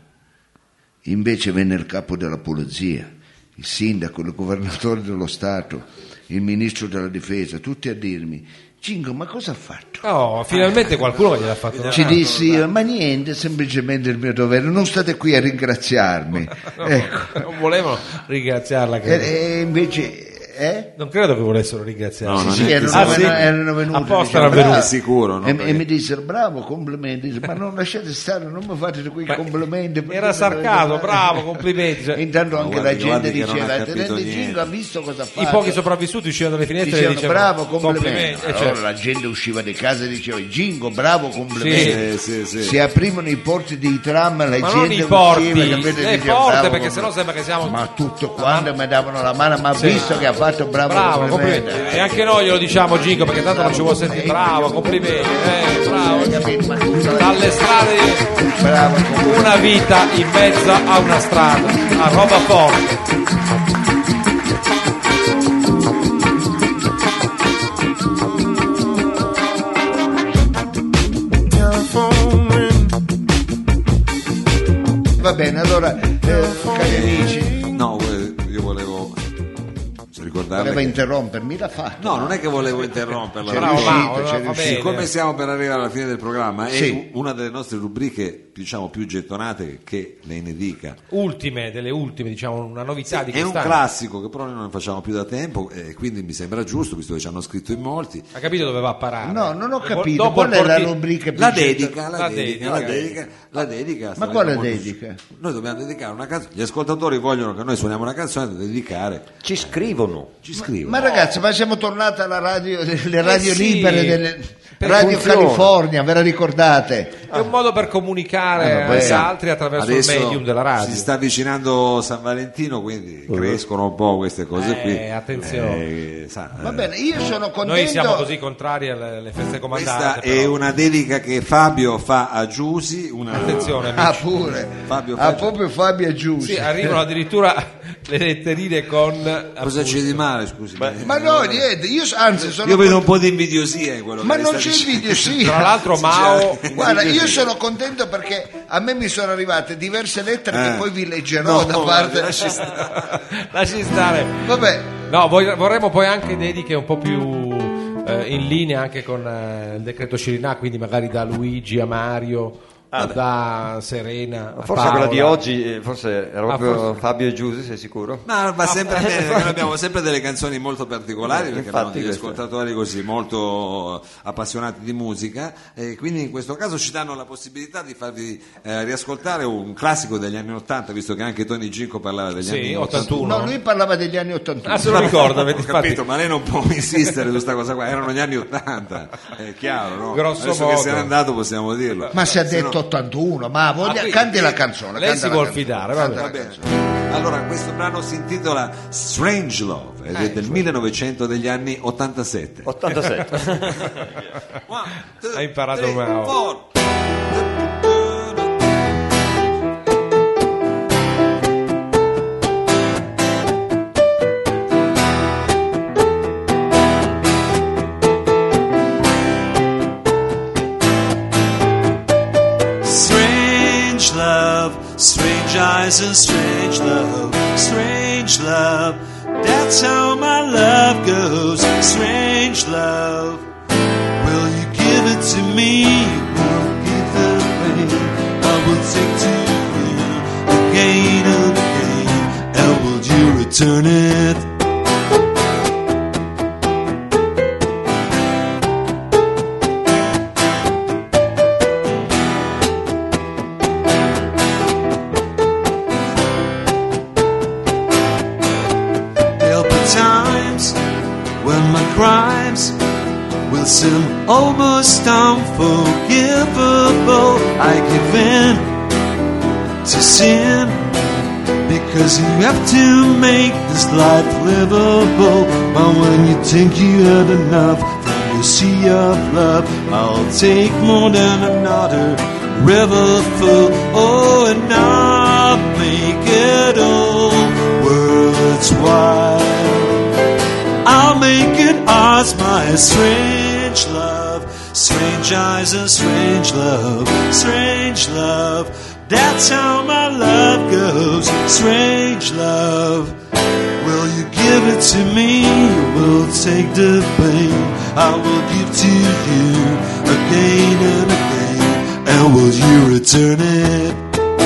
Invece venne il capo della polizia, il sindaco, il governatore dello Stato, il ministro della difesa, tutti a dirmi Gingo, ma cosa ha fatto? Oh, finalmente qualcuno che gliel'ha fatto. Ci dissi io, ma niente, semplicemente il mio dovere, non state qui a ringraziarmi. Ecco. Non volevano ringraziarla. E, Credo. e invece, eh? Non credo che volessero ringraziarla. No, non Sì, è erano, Ah, sì? erano venuti, Apposta diciamo, erano venuti. bravo. Sicuro, no? E, Perché- e mi dissero bravo, complimenti. Dice, ma non lasciate stare, non mi fate quei Ma complimenti. perché era mi sarcasmo, dovete fare?" bravo, complimenti. Cioè, E intanto Ma anche guardi, la gente guardi che non ha diceva capito tenente niente. Gingo ha visto cosa fa. I pochi sopravvissuti uscivano dalle finestre e Dicevano dicevano bravo, complimenti. Eh, Allora certo. la gente usciva di casa e diceva Gingo, bravo, complimenti. Sì, sì, sì. Si aprivano i porti dei tram, la Ma non gente i porti, usciva, capito, e le diceva, porte, bravo, perché complimenti. sennò sembra che siamo... Ma tutto quanto mi davano la mano, ma ha visto che ha fatto bravo, Bravo, complimenti. complimenti. E anche noi glielo diciamo, Gingo, perché tanto non ci vuole sentire. Bravo, complimenti. Eh, bravo. Dalle strade di- Bravo, complimenti. una vita in mezzo a una strada, a roba forte. Va bene, allora, eh, cari amici, No, eh, io volevo ricordarle voleva che- interrompermi, l'ha fatto. No, non è che volevo interromperla. C'è Bravo, riuscito, Mauro, c'è va riuscito. bene. Siccome siamo per arrivare alla fine del programma, è Sì. una delle nostre rubriche, diciamo, più gettonate che lei ne dica. Ultime, delle ultime, diciamo, una novità di È un quest'anno. classico che però noi non facciamo più da tempo e quindi mi sembra giusto, visto che ci hanno scritto in molti. Ha capito dove va a parare? No, non ho Dopo- capito, dopo qual il è la porti- rubrica più La getta- dedica, la, La dedica, dedica. la dedica, la dedica. sta Ma quale molto- dedica? Noi dobbiamo dedicare una canzone. Gli ascoltatori vogliono che noi suoniamo una canzone da dedicare. Ci scrivono. Ci scrivono. Ma ragazzi, ma siamo tornati alla radio, le radio Eh sì, libere delle per Radio funziona. California, ve la ricordate? È un modo per comunicare Ah, agli beh. altri attraverso Adesso il medium della radio. si sta avvicinando San Valentino, quindi crescono un po' queste cose Eh, qui. attenzione. Eh, sa, Va eh, bene, io sono contento. Noi siamo così contrari alle, alle feste comandate. Questa è però. una dedica che Fabio fa a Giusi. Una... Attenzione, amici. Ah, pure. Fabio ah, Faggi. proprio Fabio e Giussi. Sì, arrivano addirittura le letterine con... Cosa appunto, c'è di male, scusi? Ma no, niente, io anzi sono Io vedo un po' di invidiosia in quello Ma che lei non sta c'è dicendo. video, sì. Tra l'altro Mao... Guarda, io sono contento perché a me mi sono arrivate diverse lettere Eh. che poi vi leggerò No, da guardi, parte. lasci stare. Lasci stare. Vabbè, No, voi- vorremmo poi anche dediche un po' più eh, in linea anche con eh, il decreto Cirinà, quindi magari da Luigi a Mario, da Serena a Forse Paola. quella di oggi, eh, forse era Ah, proprio forse- Fabio e Giussi, sei sicuro? Ma va sempre bene, perché noi abbiamo sempre delle canzoni molto particolari, perché Infatti abbiamo degli questo- ascoltatori così molto appassionati di musica, e quindi in questo caso ci danno la possibilità di farvi eh, riascoltare un classico degli anni ottanta, visto che anche Tony Ginco parlava degli Sì, anni ottantuno. no, lui parlava degli anni ottantuno. Ah, se lo ricorda, Ho avete infatti. capito, ma lei non può insistere su questa cosa qua, erano gli anni ottanta, è chiaro, no? Grosso Adesso modo. che se n'è andato possiamo dirlo. Ma si è Se no- detto ottantuno, ma voglia, Ah, quindi- canti la canzone. Lei canta si la vuol canzone, fidare, va canta bene. la Va canzone. bene. Allora, questo brano si intitola Strange Love ed è del millenovecento degli anni ottantasette. ottantasette. One, two, Ha imparato three, Mao. four. love, strange eyes and strange love, strange love. That's how my love goes, strange love. Will you give it to me? Will give the pain I will take to you again and again, and will you return it? Crimes will seem almost unforgivable. I give in to sin because you have to make this life livable. But when you think you had enough from the sea of love, I'll take more than another river full. Oh, and I'll make it all worthwhile. I'll make it ours, my strange love, strange eyes and strange love, strange love. That's how my love goes, strange love. Will you give it to me? We'll take the pain I will give to you again and again, and will you return it?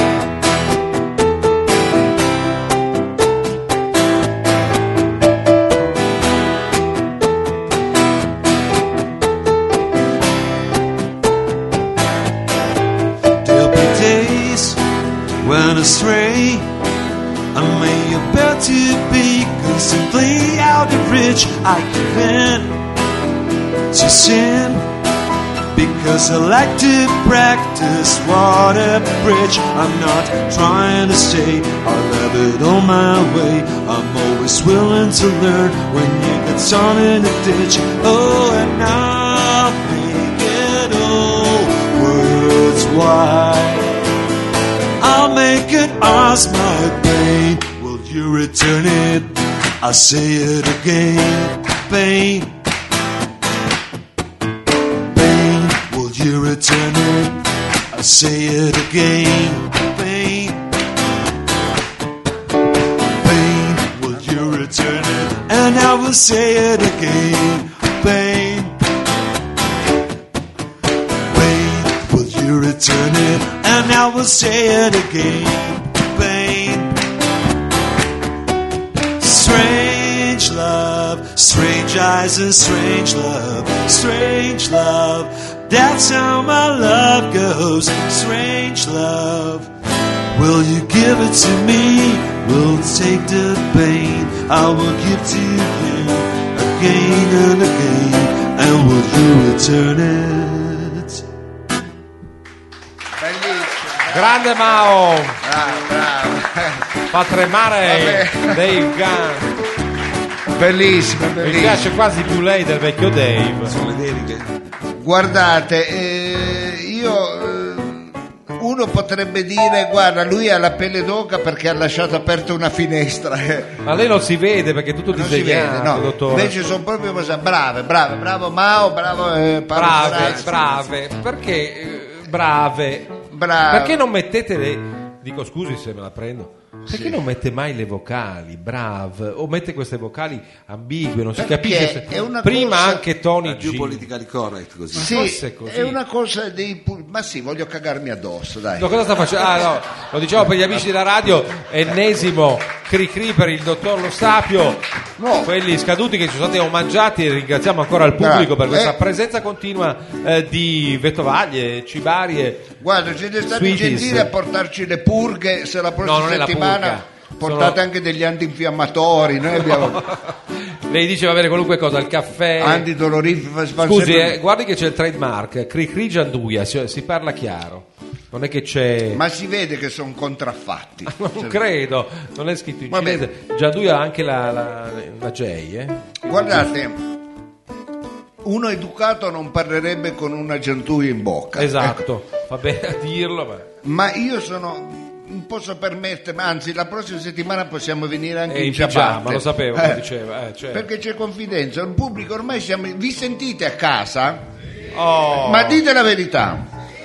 Astray, I may appear to be constantly out of reach. I give in to sin because I like to practice what I preach. I'm not trying to say I'll have it on my way. I'm always willing to learn when you get some in the ditch. Oh, and I'll make it all worthwhile. I'll make it ours, my pain. Will you return it? I'll say it again. Pain, pain. Will you return it? I'll say it again. Pain, pain. Will you return it? And I will say it again. Pain, pain. Will you return it? And I will say it again, pain. Strange love, strange eyes and strange love, strange love. That's how my love goes, strange love. Will you give it to me? We'll take the pain I will give to you again and again, and will you return it? Grande Mao, Bravo, bravo. fa tremare Dave Gunn. Bellissimo, Mi bellissimo. piace quasi più lei del vecchio Dave. Sono le dediche. Guardate, eh, io eh, uno potrebbe dire guarda, lui ha la pelle d'oca perché ha lasciato aperta una finestra. Ma lei non si vede perché è tutto Non si disegnato, vede, no. dottore. Invece sono proprio cose brave, brave, bravo Mao, bravo eh, Paolo brave, Corazzi. brave, perché eh, brave? Brave. Perché non mettete le... Dico scusi se me la prendo. Perché non mette mai le vocali, brav, o mette queste vocali ambigue, non si Perché capisce se... è una Prima cosa- anche Tony È più G. politically correct così. Sì, forse è così. è una cosa dei pu- ma sì, voglio cagarmi addosso, dai. No, cosa sta facendo? Ah no, lo dicevo per gli amici della radio, ennesimo cri cri per il dottor Lo Sapio, No. quelli scaduti che ci sono stati omaggiati, e ringraziamo ancora il pubblico Bravo. per questa Eh. presenza continua eh, di Vettovaglie, Cibarie. Guarda, siete stati Sweeties. gentili a portarci le purghe, se la prossima No, non è la settimana purga. portate Sono- anche degli antinfiammatori, noi abbiamo Lei dice va bene qualunque cosa, il caffè... antidolorifici. Scusi, eh, guardi che c'è il trademark, cri cri Gianduia, si, si parla chiaro. Non è che c'è... Ma si vede che sono contraffatti. Non credo, non è scritto in Va cinese. Gianduia ha anche la, la, la J, eh? Guardate, uno educato non parlerebbe con una gianduia in bocca. Esatto, va bene a dirlo, ma... Ecco. Ma io sono... Non posso permettermi, anzi la prossima settimana possiamo venire anche Eh, in in pigiama, ciabatte. lo sapevo, lo diceva, eh, certo. Perché c'è confidenza, il pubblico ormai siamo... Vi sentite a casa? Oh. Ma dite la verità.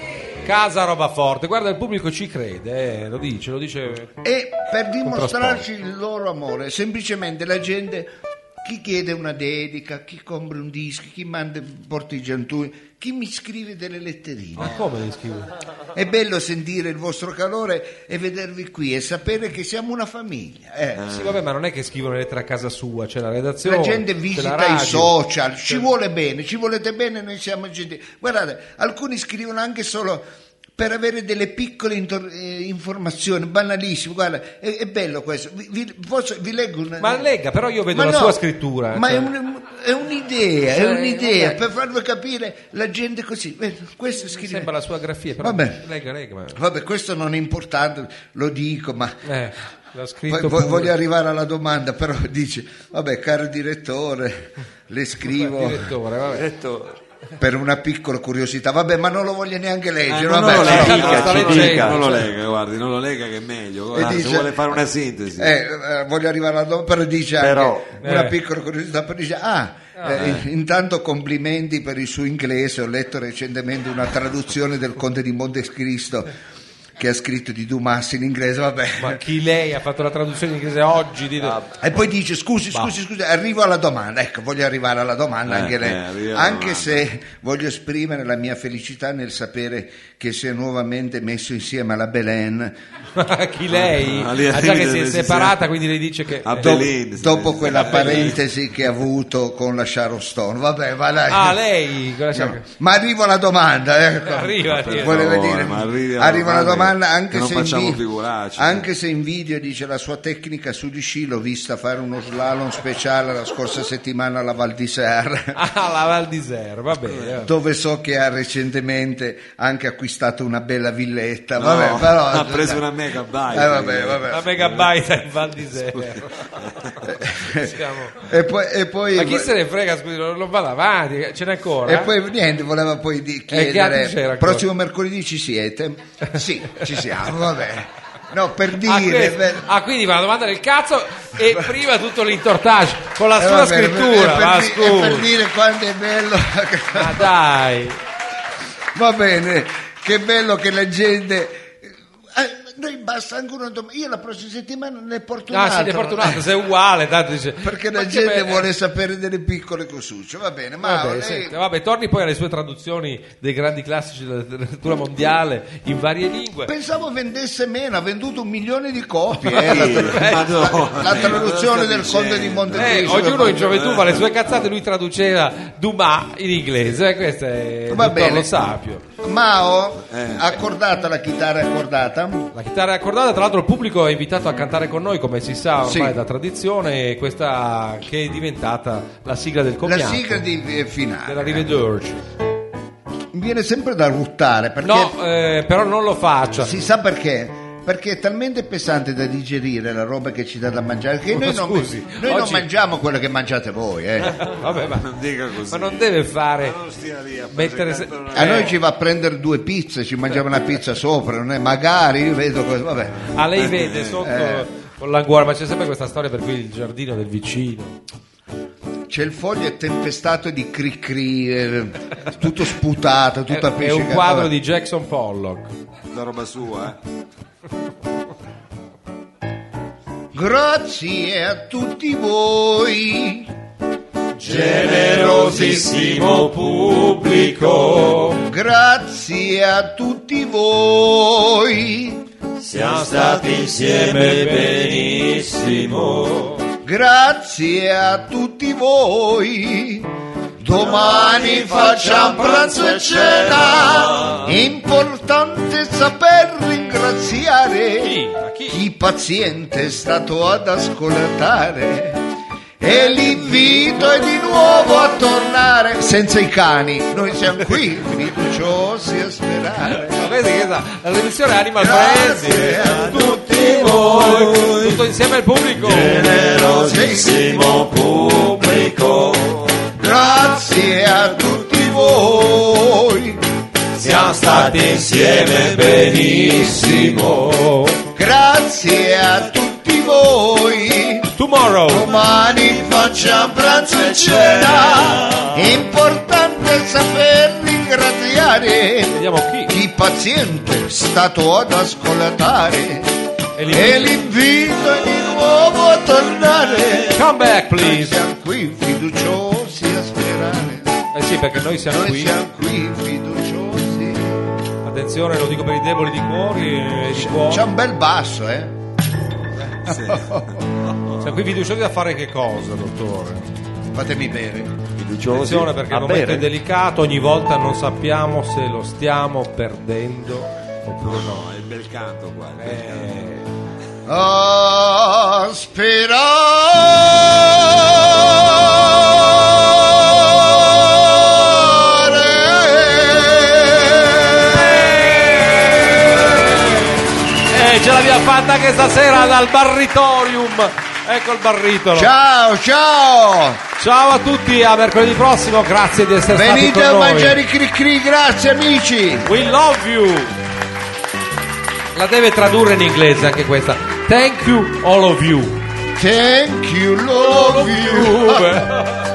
Casa roba forte, guarda il pubblico ci crede, eh, lo dice, lo dice. E per dimostrarci trasporto. il loro amore, semplicemente la gente, chi chiede una dedica, chi compra un disco, chi manda porta i giantuni, chi mi scrive delle letterine. Ma come li scrivi? È bello sentire il vostro calore e vedervi qui e sapere che siamo una famiglia. eh. Sì, vabbè, ma non è che scrivono le lettere a casa sua, c'è la redazione. La gente c'è visita la radio. i social, ci vuole bene, ci volete bene, noi siamo gente. Guardate, alcuni scrivono anche solo per avere delle piccole intor- eh, informazioni, banalissime. Guarda, è, è bello questo. Vi, vi, posso- vi leggo una... Ma lega, però io vedo Ma la no, sua scrittura. Ma cioè. è, un- è un'idea, Cioè, è un'idea vabbè. per farvi capire la gente così. Vedi, questo Mi scrive. sembra la sua grafia, però Vabbè. lega, lega. Ma... Vabbè, questo non è importante, lo dico, ma Eh, l'ha scritto poi vo- pure. voglio arrivare alla domanda, però dice, vabbè, caro direttore, le scrivo Direttore, vabbè. per una piccola curiosità, vabbè, ma non lo voglio neanche leggere, Eh, non, vabbè, lo però- lega, però- ci però- dica, non lo cioè- lega, guardi, non lo lega che è meglio. Guarda, dice- se vuole fare una sintesi. Eh, eh, voglio arrivare alla domanda, però dice Però, anche una eh. piccola curiosità, però dice, ah, eh, intanto complimenti per il suo inglese, ho letto recentemente una traduzione del Conte di Montecristo che ha scritto di Dumas in inglese, vabbè. Ma chi lei ha fatto la traduzione in inglese oggi? Dite... E poi dice scusi, scusi, scusi, arrivo alla domanda. Ecco, voglio arrivare alla domanda Eh, anche lei. eh, arriva alla anche domanda. se voglio esprimere la mia felicità nel sapere che si è nuovamente messo insieme alla Belen. chi lei? Ah, lì Ha già che arrivi si è dove si separata, sia. quindi lei dice che... A eh, Belin, sì. Dopo quella Ah, Belen. parentesi che ha avuto con la Sharon Stone. Vabbè, va dai. Ah, lei... cosa No, ma arrivo alla domanda, ecco. Arriva, arriva. Volevo Per favore, dire, ma arrivi alla arriva alla domanda domanda che anche non se, facciamo in vi- figuracci. anche se in video dice la sua tecnica su di sci l'ho vista fare uno slalom speciale la scorsa settimana alla Val d'Isère. Ah, la Val d'Isère, va bene. Dove so che ha recentemente anche acquistato una bella villetta. No, vabbè, però, ha preso una megabyte. Eh, vabbè, vabbè. La megabyte in Val d'Isère. Siamo... E poi, e poi, Ma chi se ne frega, scusi, non non vada avanti, ce n'è ancora? e poi niente, voleva poi di che altro chiedere, c'era ancora? prossimo mercoledì ci siete? Sì, ci siamo, vabbè. No, per Ah, dire... questo- per- ah, quindi fa la domanda del cazzo e prima tutto l'intortage con la eh, sua vabbè, scrittura, è per, ma di- è per scusi. dire quanto è bello. Ma dai. Va bene, che bello che la gente... Eh, noi basta anche una domanda. Io la prossima settimana ne porto un Ah, altro. sì, ne porto un altro, se è uguale, tanto dice. Perché Ma la che gente bello. vuole sapere delle piccole cosucce. Va bene, ma Vabbè, lei- senta, vabbè, torni poi alle sue traduzioni dei grandi classici della letteratura mondiale in varie lingue. pensavo vendesse meno, ha venduto un milione di copie. eh, la, Eh, Madonna, la- la traduzione cosa del sta Conte di dicendo? Eh, Montecristo. ognuno in gioventù fa le sue cazzate, lui traduceva Dumas in inglese, eh, questo è il Va dottor bene. Lo Sapio. Mao, Eh. accordata la chitarra è accordata? La chitarra è accordata, tra l'altro il pubblico è invitato a cantare con noi, come si sa ormai Sì. da tradizione, questa che è diventata la sigla del La commiato. sigla di eh, finale. della Rivedurge. Mi viene sempre da ruttare perché No, eh, però non lo faccia. si sa perché? Perché è talmente pesante da digerire la roba che ci dà da mangiare che Ma noi, non, scusi, noi non oggi- mangiamo quello che mangiate voi. eh. Vabbè, ma, Non dica così. ma non deve fare Ma non stia lì a mettere se- fare A eh, noi ci va a prendere due pizze, ci mangiamo una pizza sopra, non è? Magari io vedo cose, vabbè. Ah, lei vede sotto Eh. con l'anguara, ma c'è sempre questa storia per cui il giardino del vicino. C'è il foglio è tempestato di cri cri, eh, tutto sputato, È, tutto è un appiccicato. quadro vabbè. di Jackson Pollock. la roba sua, eh. Grazie a tutti voi, Generosissimo pubblico, grazie a tutti voi, siamo stati insieme benissimo. grazie a tutti voi. Domani facciamo pranzo e cena, importante saper ringraziare Chi? Ma chi? chi paziente è stato ad ascoltare. E l'invito è di nuovo a tornare senza i cani, noi siamo qui fiduciosi a sperare. Ma vedi che sa, la televisione Animal Grazie Friendly. a tutti voi, Tutto insieme al pubblico. generosissimo pubblico. Grazie a tutti voi, Siamo stati insieme benissimo. grazie a tutti voi. Tomorrow. Domani facciamo pranzo e cena, importante saper ringraziare Vediamo chi. chi paziente paziente, stato ad ascoltare E e l'invito- l'invito è di nuovo a tornare. Come back, please. Siamo qui fiduciosi a sperare. Eh sì, perché noi siamo Noi qui. siamo qui fiduciosi. Attenzione, lo dico per i deboli di cuori e di cuore. C'è un bel basso, eh? Siamo qui fiduciosi da fare che cosa, dottore? Fatemi bere. Fiduciosi Attenzione perché a il momento bere. è delicato, ogni volta non sappiamo se lo stiamo perdendo oppure no. No, è il bel canto qua. il bel canto. Eh, A sperare. eh, ce l'abbiamo fatta anche stasera dal Barritorium. Ecco il barritolo. Ciao, ciao. Ciao a tutti, a mercoledì prossimo, grazie di essere Venite stati a con noi. mangiare i cri-cri, grazie amici. We love you. La deve tradurre in inglese anche questa. Thank you all of you. Thank you, love you. Beh.